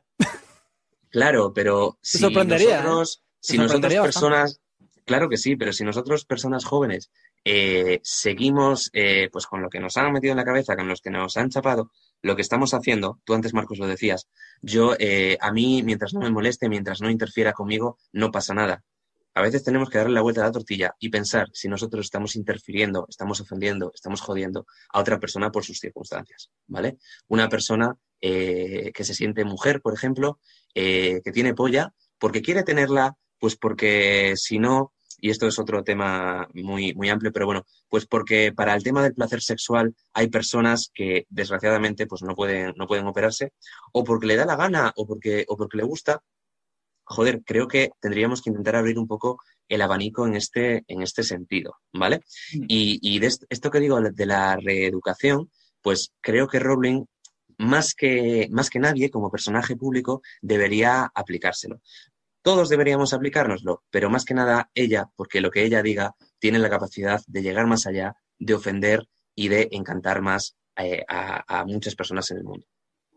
[SPEAKER 2] Claro, pero si nosotros,
[SPEAKER 1] ¿eh?
[SPEAKER 2] si nosotros personas, claro que sí, pero si nosotros personas jóvenes eh, seguimos eh, pues con lo que nos han metido en la cabeza, con los que nos han chapado, lo que estamos haciendo, tú antes, Marcos, lo decías, yo, eh, a mí, mientras no me moleste, mientras no interfiera conmigo, no pasa nada. A veces tenemos que darle la vuelta a la tortilla y pensar si nosotros estamos interfiriendo, estamos ofendiendo, estamos jodiendo a otra persona por sus circunstancias, ¿vale? Una persona eh, que se siente mujer, por ejemplo, eh, que tiene polla, porque quiere tenerla, pues porque si no, y esto es otro tema muy, muy amplio, pero bueno, pues porque para el tema del placer sexual hay personas que desgraciadamente pues no pueden, no pueden operarse, o porque le da la gana, o porque, o porque le gusta. Joder, creo que tendríamos que intentar abrir un poco el abanico en este, en este sentido, ¿vale? Y, y de esto que digo de la reeducación, pues creo que Rowling, más que, más que nadie, como personaje público, debería aplicárselo. Todos deberíamos aplicárnoslo, pero más que nada ella, porque lo que ella diga tiene la capacidad de llegar más allá, de ofender y de encantar más eh, a, a muchas personas en el mundo.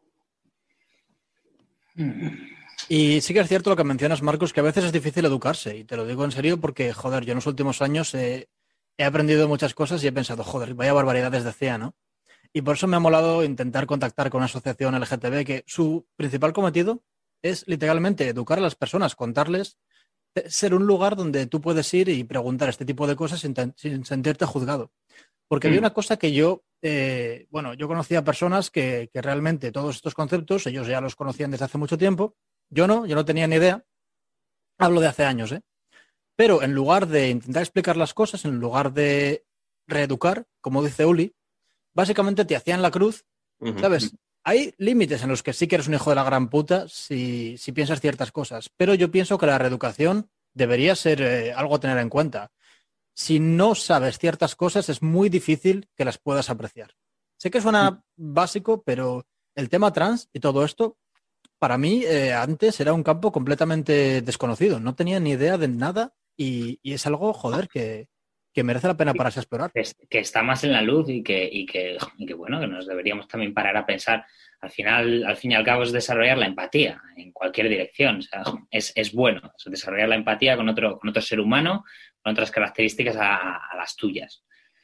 [SPEAKER 1] Y sí que es cierto lo que mencionas, Marcos, que a veces es difícil educarse, y te lo digo en serio porque, joder, yo en los últimos años eh, he aprendido muchas cosas y he pensado, joder, vaya barbaridades decía, ¿no? Y por eso me ha molado intentar contactar con una asociación L G T B que su principal cometido es literalmente educar a las personas, contarles, ser un lugar donde tú puedes ir y preguntar este tipo de cosas sin, sin sentirte juzgado. Porque mm. había una cosa que yo, eh, bueno, yo conocía personas que, que realmente todos estos conceptos, ellos ya los conocían desde hace mucho tiempo. Yo no, yo no tenía ni idea. Hablo de hace años, ¿eh? Pero en lugar de intentar explicar las cosas, en lugar de reeducar, como dice Uli, básicamente te hacían la cruz, ¿sabes? Uh-huh. Hay límites en los que sí que eres un hijo de la gran puta si, si piensas ciertas cosas, pero yo pienso que la reeducación debería ser eh, algo a tener en cuenta. Si no sabes ciertas cosas, es muy difícil que las puedas apreciar. Sé que suena uh-huh. básico, pero el tema trans y todo esto, para mí, eh, antes era un campo completamente desconocido. No tenía ni idea de nada y, y es algo, joder, que, que merece la pena pararse a explorar.
[SPEAKER 3] Que, que está más en la luz y que, y, que, y que, bueno, que nos deberíamos también parar a pensar. Al final, al fin y al cabo, es desarrollar la empatía en cualquier dirección. O sea, es, es bueno es desarrollar la empatía con otro, con otro ser humano, con otras características a, a las tuyas.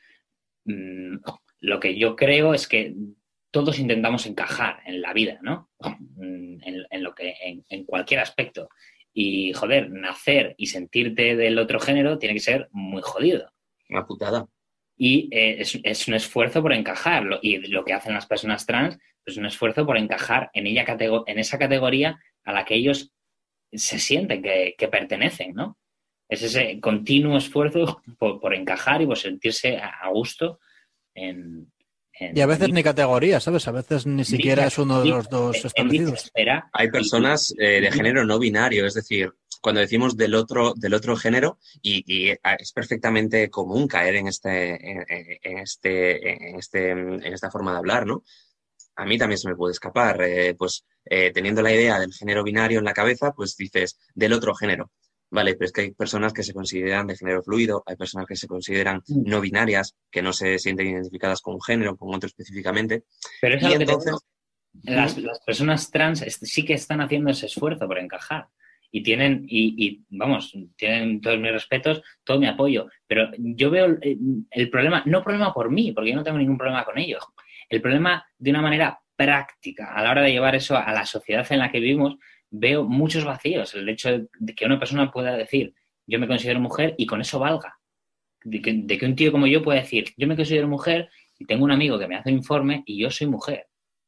[SPEAKER 3] Mm, lo que yo creo es que todos intentamos encajar en la vida, ¿no? En, en lo que, en, en cualquier aspecto. Y, joder, nacer y sentirte del otro género tiene que ser muy jodido.
[SPEAKER 2] Una putada.
[SPEAKER 3] Y eh, es, es un esfuerzo por encajar. Y lo que hacen las personas trans es un esfuerzo por encajar en, ella, en esa categoría a la que ellos se sienten que, que pertenecen, ¿no? Es ese continuo esfuerzo por, por encajar y por sentirse a, a gusto en...
[SPEAKER 1] Y a veces ni categoría, ¿sabes? A veces ni siquiera es uno de los dos establecidos.
[SPEAKER 2] Hay personas eh, de género no binario, es decir, cuando decimos del otro, del otro género, y, y es perfectamente común caer en este, en, en este, en este, en esta forma de hablar, ¿no? A mí también se me puede escapar, eh, pues eh, teniendo la idea del género binario en la cabeza, pues dices del otro género. Vale, pero es que hay personas que se consideran de género fluido, hay personas que se consideran no binarias, que no se sienten identificadas con un género, con otro específicamente.
[SPEAKER 3] Pero es algo entonces... que te... las, las personas trans sí que están haciendo ese esfuerzo por encajar. Y tienen, y, y vamos, tienen todos mis respetos, todo mi apoyo. Pero yo veo el, el problema, no problema por mí, porque yo no tengo ningún problema con ellos. El problema de una manera práctica, a la hora de llevar eso a la sociedad en la que vivimos, veo muchos vacíos. El hecho de que una persona pueda decir yo me considero mujer y con eso valga. De que, de que un tío como yo puede decir, yo me considero mujer y tengo un amigo que me hace un informe y yo soy mujer.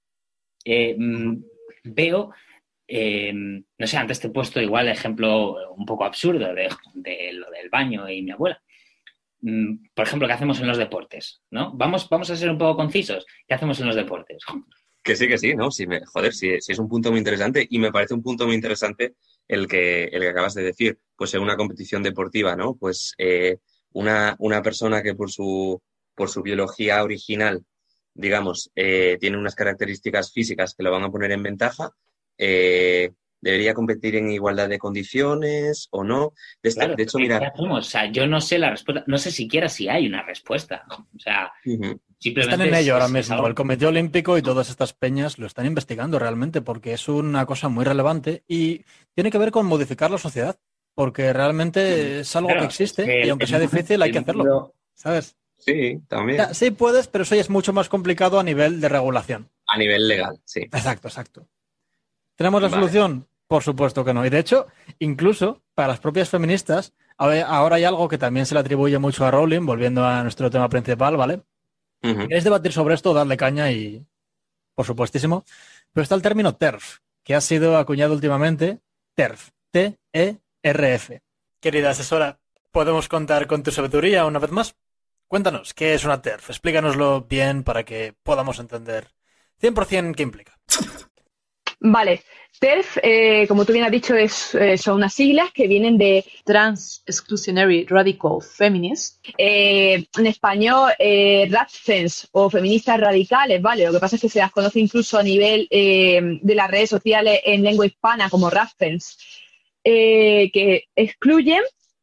[SPEAKER 3] Eh, mm, veo, eh, no sé, antes te he puesto igual el ejemplo un poco absurdo de, de lo del baño y mi abuela. Mm, por ejemplo, ¿qué hacemos en los deportes? ¿No? Vamos, vamos a ser un poco concisos. ¿Qué hacemos en los deportes?
[SPEAKER 2] Que sí, que sí, ¿no? Sí, me, joder, sí, sí es un punto muy interesante y me parece un punto muy interesante el que, el que acabas de decir. Pues en una competición deportiva, ¿no? Pues eh, una, una persona que por su, por su biología original, digamos, eh, tiene unas características físicas que lo van a poner en ventaja, eh, ¿debería competir en igualdad de condiciones o no? De, este,
[SPEAKER 3] Claro,
[SPEAKER 2] de hecho, mira...
[SPEAKER 3] ¿qué hacemos? O sea, yo no sé la respuesta, no sé siquiera si hay una respuesta. O sea,
[SPEAKER 2] uh-huh.
[SPEAKER 3] simplemente...
[SPEAKER 1] Están en ello
[SPEAKER 3] es,
[SPEAKER 1] ahora
[SPEAKER 3] es,
[SPEAKER 1] mismo.
[SPEAKER 3] es algo...
[SPEAKER 1] El Comité Olímpico y todas estas peñas lo están investigando realmente porque es una cosa muy relevante y tiene que ver con modificar la sociedad, porque realmente es algo
[SPEAKER 3] claro,
[SPEAKER 1] que existe
[SPEAKER 3] es que
[SPEAKER 1] y aunque
[SPEAKER 3] el,
[SPEAKER 1] sea difícil hay
[SPEAKER 3] el
[SPEAKER 1] que hacerlo,
[SPEAKER 3] mundo...
[SPEAKER 1] ¿sabes?
[SPEAKER 2] Sí, también.
[SPEAKER 1] Ya, sí puedes, pero eso ya es mucho más complicado a nivel de regulación.
[SPEAKER 2] A nivel legal, sí.
[SPEAKER 1] Exacto, exacto. ¿Tenemos la
[SPEAKER 2] Vale.
[SPEAKER 1] solución? Por supuesto que no. Y de hecho, incluso para las propias feministas, ahora hay algo que también se le atribuye mucho a Rowling, volviendo a nuestro tema principal, ¿vale?
[SPEAKER 2] Uh-huh.
[SPEAKER 1] Si queréis debatir sobre esto, dadle caña y, por supuestísimo. Pero está el término TERF, que ha sido acuñado últimamente, TERF, T E R F. Querida asesora, ¿podemos contar con tu sabiduría una vez más? Cuéntanos, ¿qué es una TERF? Explícanoslo bien para que podamos entender cien por ciento qué implica.
[SPEAKER 4] Vale, TERF, eh, como tú bien has dicho, es, eh, son unas siglas que vienen de
[SPEAKER 5] Trans Exclusionary Radical Feminist.
[SPEAKER 4] Eh, en español, eh, radfems o feministas radicales, ¿vale? Lo que pasa es que se las conoce incluso a nivel eh, de las redes sociales en lengua hispana como radfems, eh, que excluyen.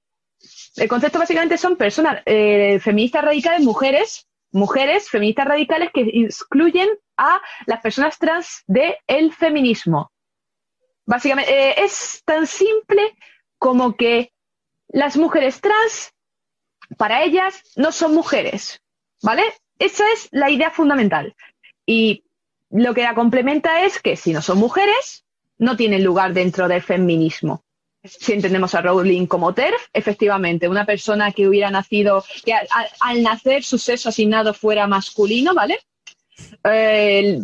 [SPEAKER 4] El concepto básicamente son personas eh, feministas radicales, mujeres, mujeres feministas radicales que excluyen a las personas trans del feminismo. Básicamente, eh, es tan simple como que las mujeres trans, para ellas, no son mujeres, ¿vale? Esa es la idea fundamental. Y lo que la complementa es que si no son mujeres, no tienen lugar dentro del feminismo. Si entendemos a Rowling como TERF, efectivamente, una persona que hubiera nacido, que al, al nacer su sexo asignado fuera masculino, ¿vale? Eh,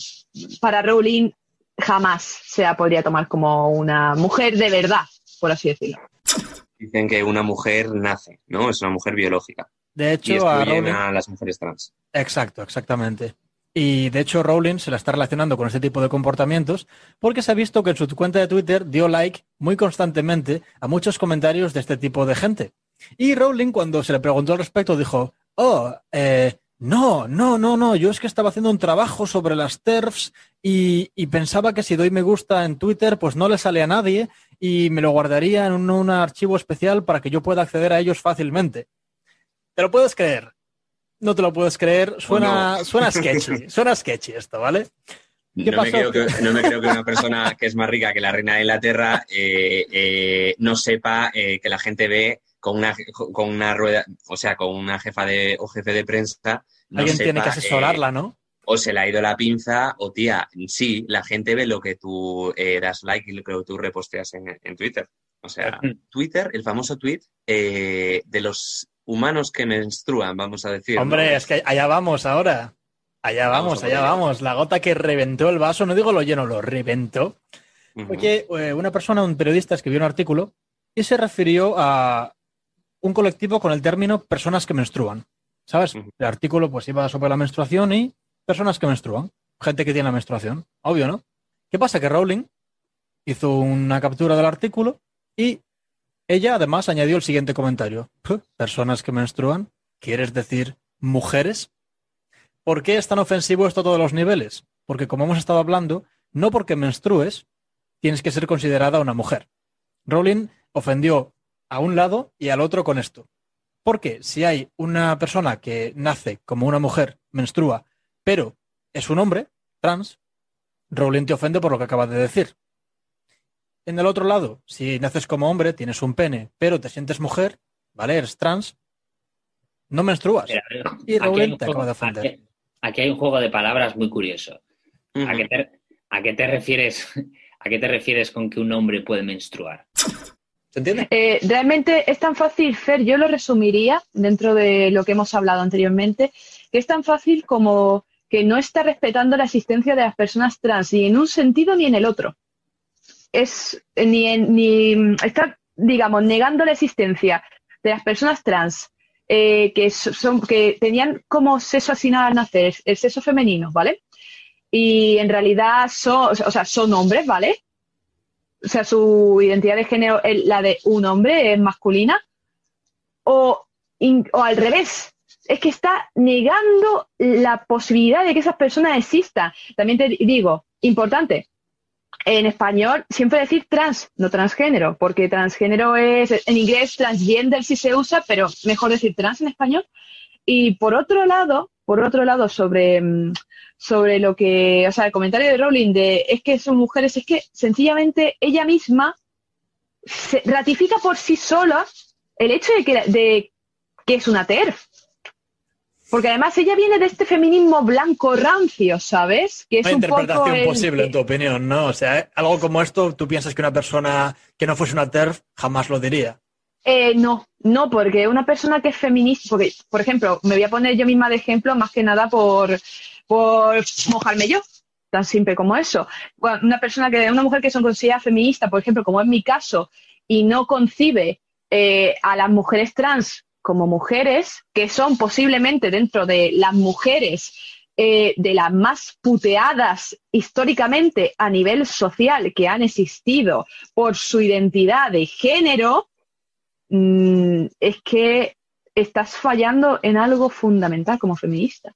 [SPEAKER 4] para Rowling jamás se la podría tomar como una mujer de verdad, por así decirlo.
[SPEAKER 2] Dicen que una mujer nace, ¿no? Es una mujer biológica.
[SPEAKER 1] De hecho,
[SPEAKER 2] y excluyen
[SPEAKER 1] a, Rowling...
[SPEAKER 2] a las mujeres trans.
[SPEAKER 1] Exacto, exactamente. Y de hecho Rowling se la está relacionando con este tipo de comportamientos porque se ha visto que en su cuenta de Twitter dio like muy constantemente a muchos comentarios de este tipo de gente. Y Rowling, cuando se le preguntó al respecto, dijo, oh, eh, no, no, no, no, yo es que estaba haciendo un trabajo sobre las TERFs y, y pensaba que si doy me gusta en Twitter pues no le sale a nadie y me lo guardaría en un, un archivo especial para que yo pueda acceder a ellos fácilmente. ¿Te lo puedes creer? No te lo puedes creer, suena, no. suena sketchy, suena sketchy esto, ¿vale?
[SPEAKER 2] ¿Qué no, pasó? Me creo que, no me creo que una persona que es más rica que la reina de Inglaterra eh, eh, no sepa eh, que la gente ve con una, con una rueda, o sea, con una jefa de o jefe de prensa. No
[SPEAKER 1] Alguien
[SPEAKER 2] sepa,
[SPEAKER 1] tiene que asesorarla,
[SPEAKER 2] eh,
[SPEAKER 1] ¿no?
[SPEAKER 2] O se le ha ido la pinza, o tía, sí, la gente ve lo que tú eh, das like y lo que tú reposteas en, en Twitter. O sea, Twitter, el famoso tweet eh, de los humanos que menstruan, vamos a decir.
[SPEAKER 1] Hombre,
[SPEAKER 2] ¿no?
[SPEAKER 1] es que allá vamos ahora. Allá vamos, vamos allá ello. vamos. La gota que reventó el vaso, no digo lo lleno, lo reventó. Uh-huh. Porque eh, una persona, un periodista, escribió un artículo y se refirió a un colectivo con el término personas que menstruan. ¿Sabes? Uh-huh. El artículo pues iba sobre la menstruación y personas que menstruan. Gente que tiene la menstruación. Obvio, ¿no? ¿Qué pasa? Que Rowling hizo una captura del artículo y ella además añadió el siguiente comentario. ¿Personas que menstruan? ¿Quieres decir mujeres? ¿Por qué es tan ofensivo esto a todos los niveles? Porque como hemos estado hablando, no porque menstrues tienes que ser considerada una mujer. Rowling ofendió a un lado y al otro con esto. Porque si hay una persona que nace como una mujer, menstrua, pero es un hombre, trans, Rowling te ofende por lo que acabas de decir. En el otro lado, si naces como hombre, tienes un pene, pero te sientes mujer, ¿vale? Eres trans, no menstruas.
[SPEAKER 3] Pero,
[SPEAKER 1] y Rowling te
[SPEAKER 3] juego,
[SPEAKER 1] acaba de ofender.
[SPEAKER 3] Aquí, aquí hay un juego de palabras muy curioso. Uh-huh. ¿A, qué te, ¿A qué te refieres? ¿A qué te refieres con que un hombre puede menstruar?
[SPEAKER 1] ¿Se entiende?
[SPEAKER 4] Eh, realmente es tan fácil, Fer, yo lo resumiría dentro de lo que hemos hablado anteriormente, que es tan fácil como que no está respetando la existencia de las personas trans, ni en un sentido ni en el otro. Es ni, en, ni está, digamos, negando la existencia de las personas trans eh, que son que tenían como sexo asignado al nacer, el sexo femenino, ¿vale? Y en realidad son, o sea, son hombres, ¿vale? O sea, su identidad de género es la de un hombre, es masculina, o, in, o al revés. Es que está negando la posibilidad de que esas personas existan. También te digo, importante, en español siempre decir trans, no transgénero, porque transgénero es, en inglés transgender sí se usa, pero mejor decir trans en español. Y por otro lado, por otro lado, sobre, sobre lo que, o sea, el comentario de Rowling de es que son mujeres, es que sencillamente ella misma se ratifica por sí sola el hecho de que, de que es una TERF. Porque además ella viene de este feminismo blanco rancio, ¿sabes? Que es
[SPEAKER 1] una
[SPEAKER 4] un
[SPEAKER 1] interpretación
[SPEAKER 4] poco el...
[SPEAKER 1] posible, en tu opinión, ¿no? O sea, algo como esto, ¿tú piensas que una persona que no fuese una TERF jamás lo diría?
[SPEAKER 4] Eh, no, no, porque una persona que es feminista, porque, por ejemplo, me voy a poner yo misma de ejemplo más que nada por, por mojarme yo, tan simple como eso. Bueno, una persona que, una mujer que se considera feminista, por ejemplo, como es mi caso, y no concibe eh, a las mujeres trans como mujeres, que son posiblemente dentro de las mujeres eh, de las más puteadas históricamente a nivel social que han existido por su identidad de género, mm, es que estás fallando en algo fundamental como feminista.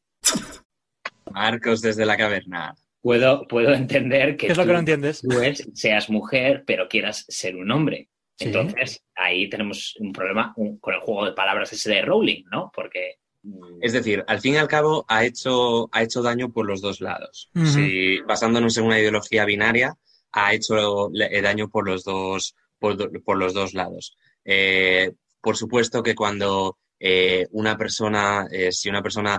[SPEAKER 2] Marcos desde la caverna.
[SPEAKER 3] Puedo, puedo entender que,
[SPEAKER 1] ¿Qué es lo
[SPEAKER 3] tú,
[SPEAKER 1] que no entiendes?
[SPEAKER 3] tú es, seas mujer, pero quieras ser un hombre.
[SPEAKER 1] Sí.
[SPEAKER 3] Entonces, ahí tenemos un problema un, con el juego de palabras ese de Rowling, ¿no? Porque...
[SPEAKER 2] Es decir, al fin y al cabo ha hecho, ha hecho daño por los dos lados. Uh-huh. Si basándonos en una ideología binaria, ha hecho daño por los dos, por, por los dos lados. Eh, por supuesto que cuando eh, una persona, eh, si una persona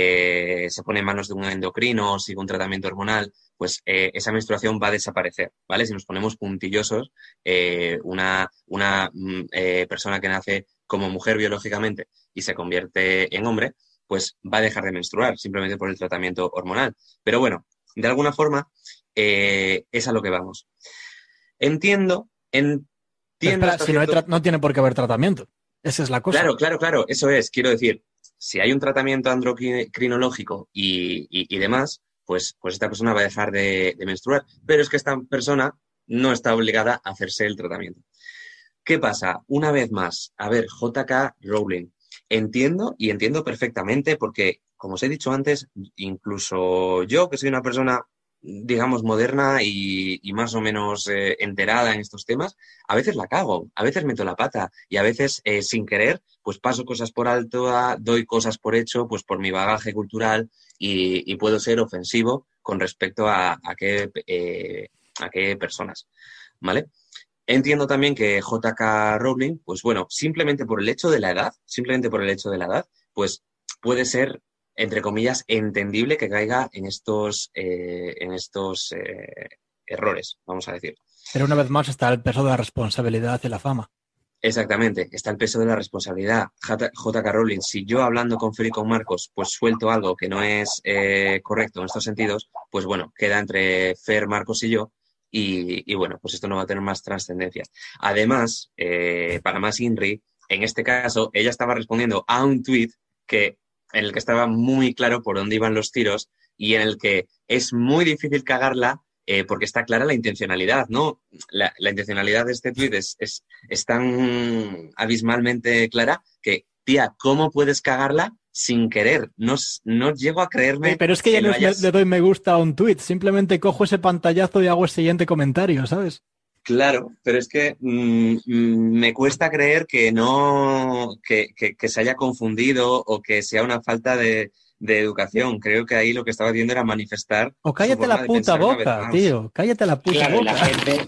[SPEAKER 2] eh, se pone en manos de un endocrino o sigue un tratamiento hormonal, pues eh, esa menstruación va a desaparecer, ¿vale? Si nos ponemos puntillosos, eh, una, una eh, persona que nace como mujer biológicamente y se convierte en hombre, pues va a dejar de menstruar simplemente por el tratamiento hormonal. Pero bueno, de alguna forma eh, es a lo que vamos. Entiendo, entiendo...
[SPEAKER 1] Espera, si no, hay tra- no tiene por qué haber tratamiento. Esa es la cosa.
[SPEAKER 2] Claro, claro, claro, eso es. Quiero decir, si hay un tratamiento androcrinológico y, y, y demás, pues, pues esta persona va a dejar de, de menstruar. Pero es que esta persona no está obligada a hacerse el tratamiento. ¿Qué pasa? Una vez más, a ver, J K Rowling, entiendo y entiendo perfectamente porque, como os he dicho antes, incluso yo, que soy una persona, digamos, moderna y, y más o menos eh, enterada en estos temas, a veces la cago, a veces meto la pata y a veces, eh, sin querer, pues paso cosas por alto, doy cosas por hecho, pues por mi bagaje cultural y, y puedo ser ofensivo con respecto a, a, qué, eh, a qué personas, ¿vale? Entiendo también que J K Rowling, pues bueno, simplemente por el hecho de la edad, simplemente por el hecho de la edad, pues puede ser, entre comillas, entendible que caiga en estos, eh, en estos eh, errores, vamos a decir.
[SPEAKER 1] Pero una vez más está el peso de la responsabilidad y la fama.
[SPEAKER 2] Exactamente, está el peso de la responsabilidad. J K Rowling, si yo hablando con Fer y con Marcos, pues suelto algo que no es eh, correcto en estos sentidos, pues bueno, queda entre Fer, Marcos y yo. Y, y bueno, pues esto no va a tener más trascendencia. Además, eh, para más Inri, en este caso, ella estaba respondiendo a un tuit que, en el que estaba muy claro por dónde iban los tiros y en el que es muy difícil cagarla eh, porque está clara la intencionalidad, ¿no? La, la intencionalidad de este tuit es, es, es tan abismalmente clara que, tía, ¿cómo puedes cagarla sin querer? No, no llego a creerme...
[SPEAKER 1] Pero es que ya no hayas... le doy me gusta a un tuit, simplemente cojo ese pantallazo y hago el siguiente comentario, ¿sabes?
[SPEAKER 2] Claro, pero es que mmm, me cuesta creer que no... Que, que, que se haya confundido o que sea una falta de, de educación. Creo que ahí lo que estaba haciendo era manifestar...
[SPEAKER 1] O cállate la puta boca, tío, cállate la puta
[SPEAKER 3] claro,
[SPEAKER 1] boca.
[SPEAKER 3] La gente,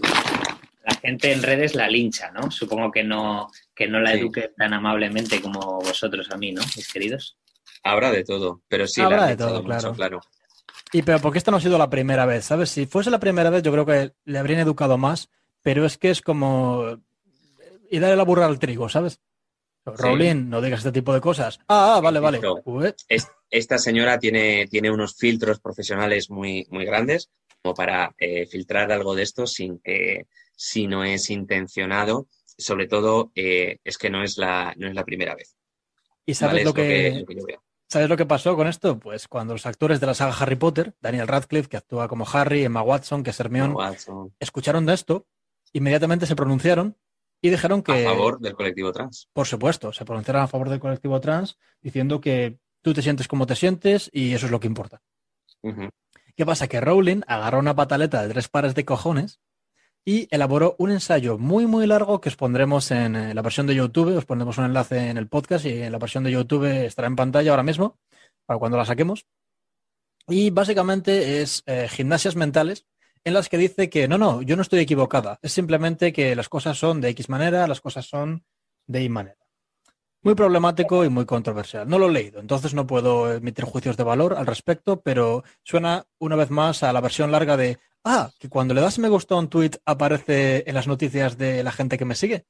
[SPEAKER 3] la gente en redes la lincha, ¿no? Supongo que no... que no la
[SPEAKER 2] Sí.
[SPEAKER 3] eduque tan amablemente como vosotros a mí, ¿no, mis queridos?
[SPEAKER 2] Habrá de todo, pero sí,
[SPEAKER 1] Habrá
[SPEAKER 2] la
[SPEAKER 1] de
[SPEAKER 2] han echado
[SPEAKER 1] todo, claro.
[SPEAKER 2] mucho, claro.
[SPEAKER 1] Y pero porque esta no ha sido la primera vez, ¿sabes? Si fuese la primera vez yo creo que le habrían educado más, pero es que es como... y dale la burra al trigo, ¿sabes? Sí. Rowling, no digas este tipo de cosas. Ah, ah vale, vale.
[SPEAKER 2] Es, esta señora tiene, tiene unos filtros profesionales muy, muy grandes como para eh, filtrar algo de esto sin que, si no es intencionado, sobre todo eh, es que no es la, no es la primera vez.
[SPEAKER 1] ¿Y sabes ¿vale? lo, que, lo, que, lo que yo veo? ¿Sabes lo que pasó con esto? Pues cuando los actores de la saga Harry Potter, Daniel Radcliffe, que actúa como Harry, Emma Watson, que es Hermione, escucharon de esto, inmediatamente se pronunciaron y dijeron que...
[SPEAKER 2] A favor del colectivo trans.
[SPEAKER 1] Por supuesto, se pronunciaron a favor del colectivo trans, diciendo que tú te sientes como te sientes y eso es lo que importa.
[SPEAKER 2] Uh-huh.
[SPEAKER 1] ¿Qué pasa? Que Rowling agarró una pataleta de tres pares de cojones y elaboró un ensayo muy, muy largo que os pondremos en la versión de YouTube. Os pondremos un enlace en el podcast y en la versión de YouTube estará en pantalla ahora mismo, para cuando la saquemos. Y básicamente es eh, gimnasias mentales en las que dice que no, no, yo no estoy equivocada. Es simplemente que las cosas son de X manera, las cosas son de Y manera. Muy problemático y muy controversial. No lo he leído, entonces no puedo emitir juicios de valor al respecto, pero suena una vez más a la versión larga de ah, que cuando le das me gusta a un tweet aparece en las noticias de la gente que me sigue.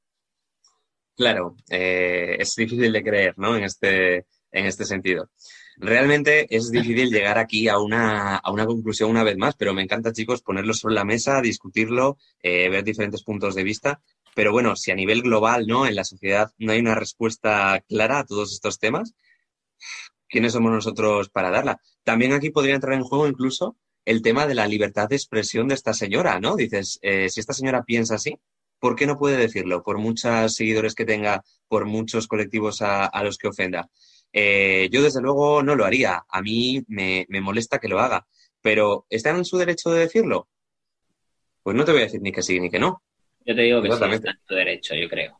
[SPEAKER 2] Claro, eh, es difícil de creer, ¿no? En este, en este sentido. Realmente es difícil llegar aquí a una, a una conclusión una vez más, pero me encanta, chicos, ponerlo sobre la mesa, discutirlo, eh, ver diferentes puntos de vista. Pero bueno, si a nivel global, ¿no? En la sociedad no hay una respuesta clara a todos estos temas, ¿quiénes somos nosotros para darla? También aquí podría entrar en juego incluso el tema de la libertad de expresión de esta señora, ¿no? Dices, eh, si esta señora piensa así, ¿por qué no puede decirlo? Por muchos seguidores que tenga, por muchos colectivos a, a los que ofenda. Eh, yo, desde luego, no lo haría. A mí me, me molesta que lo haga. Pero, ¿está en su derecho de decirlo? Pues no te voy a decir ni que sí ni que no.
[SPEAKER 3] Yo te digo que sí está en su derecho, yo creo.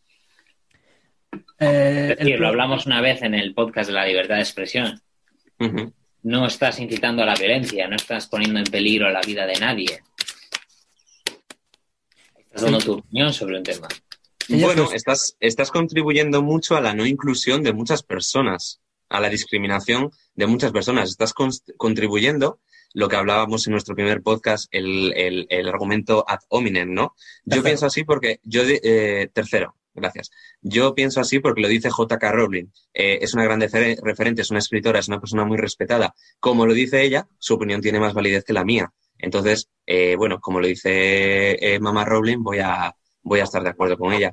[SPEAKER 1] Eh,
[SPEAKER 3] es decir, el... lo hablamos una vez en el podcast de la libertad de expresión.
[SPEAKER 2] Uh-huh.
[SPEAKER 3] No estás incitando a la violencia, no estás poniendo en peligro la vida de nadie. Estás dando sí. tu opinión sobre un tema.
[SPEAKER 2] Bueno, estás, estás contribuyendo mucho a la no inclusión de muchas personas, a la discriminación de muchas personas. Estás con, contribuyendo lo que hablábamos en nuestro primer podcast, el, el, el argumento ad hominem, ¿no? Yo tercero. pienso así porque... yo eh, Tercero, gracias. Yo pienso así porque lo dice J K Rowling. Eh, es una gran referente, es una escritora, es una persona muy respetada. Como lo dice ella, su opinión tiene más validez que la mía. Entonces, eh, bueno, como lo dice eh, Mamá Rowling, voy a... voy a estar de acuerdo con ella.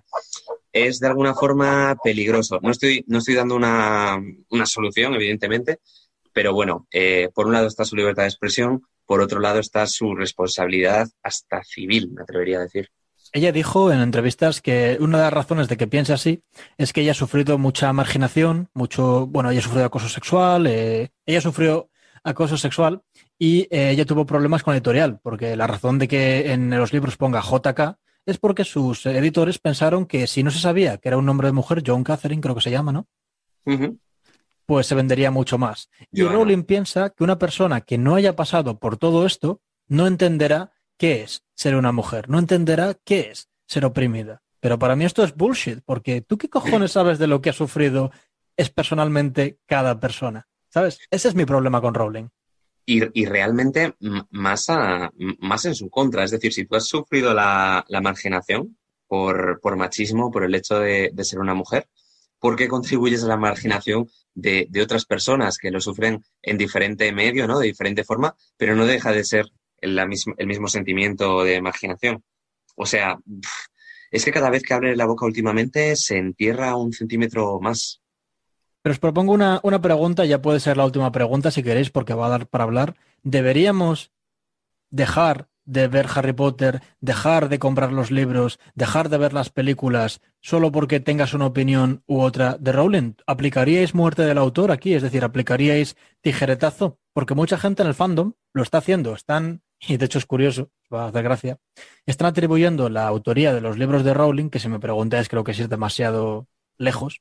[SPEAKER 2] Es de alguna forma peligroso. No estoy, no estoy dando una, una solución, evidentemente, pero bueno, eh, por un lado está su libertad de expresión, por otro lado está su responsabilidad hasta civil, me atrevería a decir.
[SPEAKER 1] Ella dijo en entrevistas que una de las razones de que piense así es que ella ha sufrido mucha marginación, mucho, bueno, ella ha sufrido acoso sexual, eh, ella sufrió acoso sexual y eh, ella tuvo problemas con la editorial, porque la razón de que en los libros ponga J K es porque sus editores pensaron que si no se sabía que era un nombre de mujer, John Catherine creo que se llama, ¿no?
[SPEAKER 2] Uh-huh.
[SPEAKER 1] Pues se vendería mucho más. Y Yo Rowling no. piensa que una persona que no haya pasado por todo esto no entenderá qué es ser una mujer, no entenderá qué es ser oprimida. Pero para mí esto es bullshit, porque ¿tú qué cojones sabes de lo que ha sufrido es personalmente cada persona? ¿Sabes? Ese es mi problema con Rowling.
[SPEAKER 2] Y, y realmente más, a, más en su contra. Es decir, si tú has sufrido la, la marginación por, por machismo, por el hecho de, de ser una mujer, ¿por qué contribuyes a la marginación de, de otras personas que lo sufren en diferente medio, ¿no? De diferente forma, pero no deja de ser el, la misma, el mismo sentimiento de marginación? O sea, es que cada vez que abre la boca últimamente se entierra un centímetro más.
[SPEAKER 1] Pero os propongo una, una pregunta, ya puede ser la última pregunta si queréis, porque va a dar para hablar. ¿Deberíamos dejar de ver Harry Potter, dejar de comprar los libros, dejar de ver las películas, solo porque tengas una opinión u otra de Rowling? ¿Aplicaríais muerte del autor aquí? Es decir, ¿aplicaríais tijeretazo? Porque mucha gente en el fandom lo está haciendo. Están, y de hecho es curioso, va a hacer gracia, están atribuyendo la autoría de los libros de Rowling, que si me preguntáis creo que es ir demasiado lejos,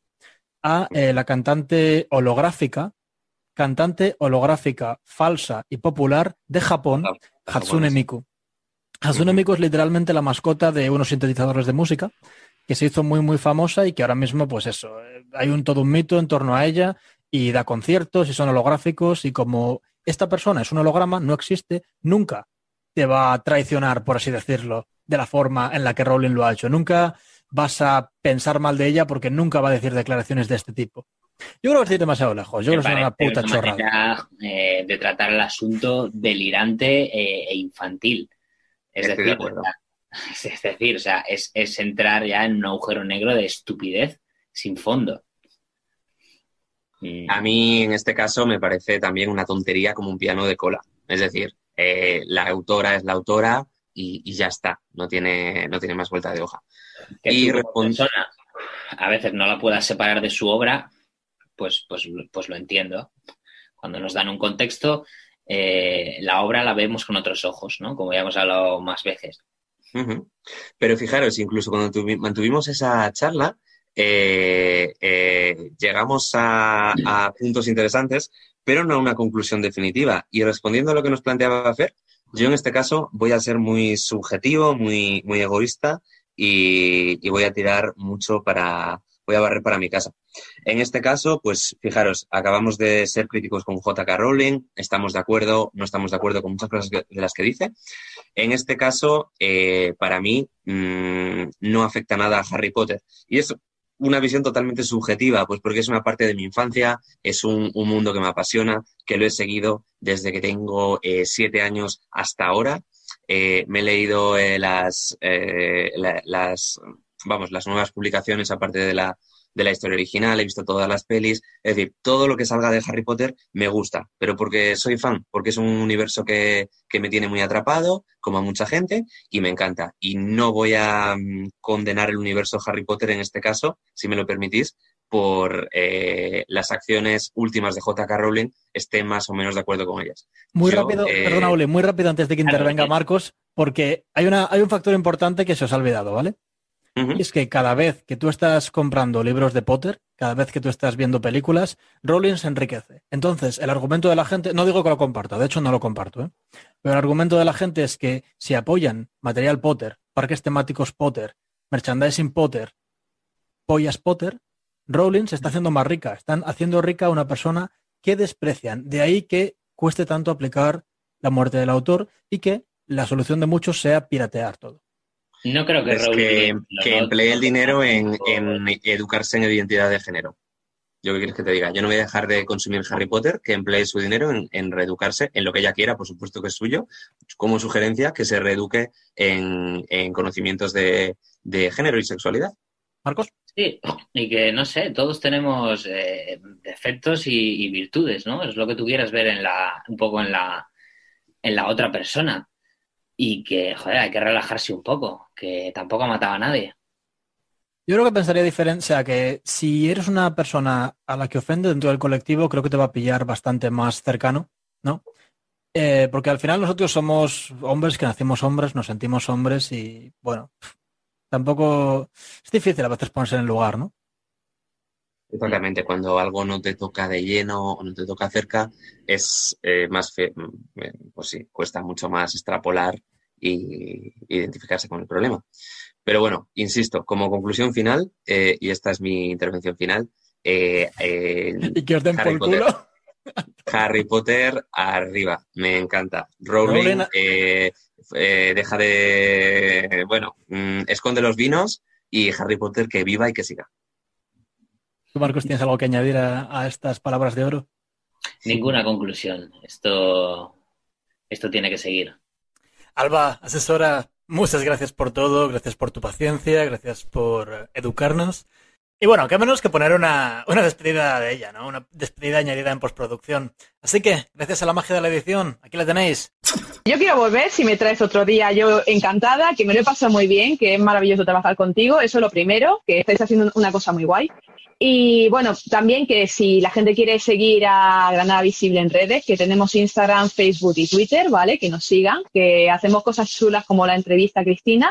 [SPEAKER 1] a eh, la cantante holográfica, cantante holográfica falsa y popular de Japón, Hatsune Miku. Hatsune Miku es literalmente la mascota de unos sintetizadores de música que se hizo muy muy famosa y que ahora mismo pues eso, hay un todo un mito en torno a ella y da conciertos y son holográficos y como esta persona es un holograma, no existe, nunca te va a traicionar, por así decirlo, de la forma en la que Rowling lo ha hecho. Nunca vas a pensar mal de ella porque nunca va a decir declaraciones de este tipo. Yo creo que estoy demasiado lejos. Yo creo que es una puta
[SPEAKER 3] una
[SPEAKER 1] chorrada.
[SPEAKER 3] Manera, eh, de tratar el asunto delirante eh, e infantil. Es
[SPEAKER 2] Estoy
[SPEAKER 3] decir,
[SPEAKER 2] de acuerdo.
[SPEAKER 3] es decir, o sea, es, es entrar ya en un agujero negro de estupidez sin fondo.
[SPEAKER 2] A mí, en este caso, me parece también una tontería como un piano de cola. Es decir, eh, la autora es la autora y, y ya está. No tiene, no tiene más vuelta de hoja.
[SPEAKER 3] Que
[SPEAKER 2] y
[SPEAKER 3] tú, como
[SPEAKER 2] respon-
[SPEAKER 3] persona, a veces no la puedas separar de su obra, pues, pues, pues lo entiendo. Cuando nos dan un contexto, eh, la obra la vemos con otros ojos, ¿no? Como ya hemos hablado más veces.
[SPEAKER 2] Uh-huh. Pero fijaros, incluso cuando tuvi- mantuvimos esa charla, eh, eh, llegamos a, a puntos interesantes, pero no a una conclusión definitiva. Y respondiendo a lo que nos planteaba Fer, yo en este caso voy a ser muy subjetivo, muy, muy egoísta y, y voy a tirar mucho para... voy a barrer para mi casa. En este caso, pues fijaros, acabamos de ser críticos con J K Rowling, estamos de acuerdo, no estamos de acuerdo con muchas cosas que, de las que dice. En este caso, eh, para mí, mmm, no afecta nada a Harry Potter. Y es una visión totalmente subjetiva, pues porque es una parte de mi infancia, es un, un mundo que me apasiona, que lo he seguido desde que tengo eh, siete años hasta ahora. Eh, me he leído eh, las, eh, la, las, vamos, las nuevas publicaciones aparte de la, de la historia original, he visto todas las pelis, es decir, todo lo que salga de Harry Potter me gusta, pero porque soy fan, porque es un universo que, que me tiene muy atrapado, como a mucha gente, y me encanta. Y no voy a um, condenar el universo Harry Potter en este caso, si me lo permitís, por eh, las acciones últimas de J K Rowling, esté más o menos de acuerdo con ellas.
[SPEAKER 1] Muy
[SPEAKER 2] Yo,
[SPEAKER 1] rápido,
[SPEAKER 2] eh...
[SPEAKER 1] perdona, Ole, muy rápido antes de que intervenga Marcos, porque hay, una, hay un factor importante que se os ha olvidado, ¿vale? Uh-huh. Y es que cada vez que tú estás comprando libros de Potter, cada vez que tú estás viendo películas, Rowling se enriquece. Entonces, el argumento de la gente, no digo que lo comparta, de hecho no lo comparto, ¿eh? Pero el argumento de la gente es que si apoyan material Potter, parques temáticos Potter, merchandising Potter, pollas Potter, Rowling se está haciendo más rica. Están haciendo rica a una persona que desprecian. De ahí que cueste tanto aplicar la muerte del autor y que la solución de muchos sea piratear todo.
[SPEAKER 3] No creo que
[SPEAKER 2] es
[SPEAKER 3] Rowling
[SPEAKER 2] que,
[SPEAKER 3] no,
[SPEAKER 2] que
[SPEAKER 3] no,
[SPEAKER 2] emplee
[SPEAKER 3] no,
[SPEAKER 2] el dinero en,
[SPEAKER 3] no,
[SPEAKER 2] en educarse en identidad de género. Yo qué quieres que te diga. Yo no voy a dejar de consumir Harry Potter, que emplee su dinero en, en reeducarse en lo que ella quiera, por supuesto que es suyo, como sugerencia que se reeduque en, en conocimientos de, de género y sexualidad.
[SPEAKER 1] Marcos.
[SPEAKER 3] Sí, y que no sé, todos tenemos eh, defectos y, y virtudes, ¿no? Es lo que tú quieras ver en la, un poco en la, en la otra persona. Y que, joder, hay que relajarse un poco, que tampoco ha matado a nadie.
[SPEAKER 1] Yo creo que pensaría diferente, o sea, que si eres una persona a la que ofende dentro del colectivo, creo que te va a pillar bastante más cercano, ¿no? Eh, porque al final nosotros somos hombres que nacimos hombres, nos sentimos hombres y, bueno, tampoco es difícil a veces ponerse en el lugar, ¿no?
[SPEAKER 2] Exactamente, cuando algo no te toca de lleno o no te toca cerca, es eh, más, fe pues sí, cuesta mucho más extrapolar y identificarse con el problema. Pero bueno, insisto, como conclusión final, eh, y esta es mi intervención final, eh, eh,
[SPEAKER 1] ¿y que os den por culo?
[SPEAKER 2] Harry Potter arriba, me encanta. Rowling, Rowling... Eh, eh, deja de, bueno, mmm, esconde los vinos y Harry Potter que viva y que siga.
[SPEAKER 1] ¿Tú, Marcos, tienes algo que añadir a, a estas palabras de oro?
[SPEAKER 3] Ninguna conclusión. Esto, esto tiene que seguir.
[SPEAKER 1] Alba, asesora, muchas gracias por todo, gracias por tu paciencia, gracias por educarnos. Y bueno, qué menos que poner una, una despedida de ella, ¿no? Una despedida añadida en postproducción. Así que, gracias a la magia de la edición, aquí la tenéis.
[SPEAKER 4] Yo quiero volver, si me traes otro día, yo encantada, que me lo he pasado muy bien, que es maravilloso trabajar contigo, eso es lo primero, que estáis haciendo una cosa muy guay. Y bueno, también que si la gente quiere seguir a Granada Visible en redes, que tenemos Instagram, Facebook y Twitter, ¿vale? Que nos sigan, que hacemos cosas chulas como la entrevista a Cristina.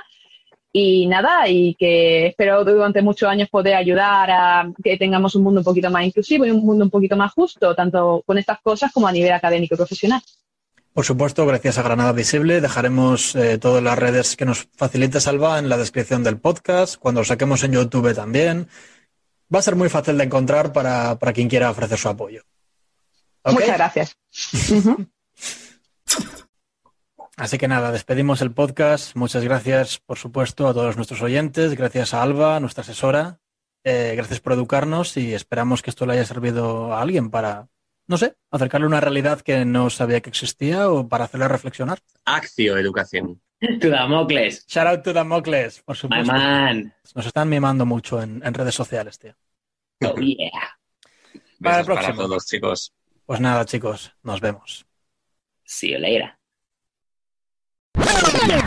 [SPEAKER 4] Y nada, y que espero durante muchos años poder ayudar a que tengamos un mundo un poquito más inclusivo y un mundo un poquito más justo, tanto con estas cosas como a nivel académico y profesional.
[SPEAKER 1] Por supuesto, gracias a Granada Visible. Dejaremos eh, todas las redes que nos facilite Salva en la descripción del podcast, cuando lo saquemos en YouTube también. Va a ser muy fácil de encontrar para, para quien quiera ofrecer su apoyo. ¿Okay?
[SPEAKER 4] Muchas gracias. uh-huh.
[SPEAKER 1] Así que nada, despedimos el podcast. Muchas gracias, por supuesto, a todos nuestros oyentes. Gracias a Alba, nuestra asesora. Eh, gracias por educarnos y esperamos que esto le haya servido a alguien para, no sé, acercarle una realidad que no sabía que existía o para hacerle reflexionar.
[SPEAKER 2] Accio Educación.
[SPEAKER 3] To Damocles.
[SPEAKER 1] Shout out to Damocles, por supuesto.
[SPEAKER 3] My man.
[SPEAKER 1] Nos están mimando mucho en, en redes sociales, tío.
[SPEAKER 3] Oh, yeah.
[SPEAKER 1] Para
[SPEAKER 2] Besos
[SPEAKER 1] el próximo.
[SPEAKER 2] para todos, chicos.
[SPEAKER 1] Pues nada, chicos, nos vemos.
[SPEAKER 3] See you later.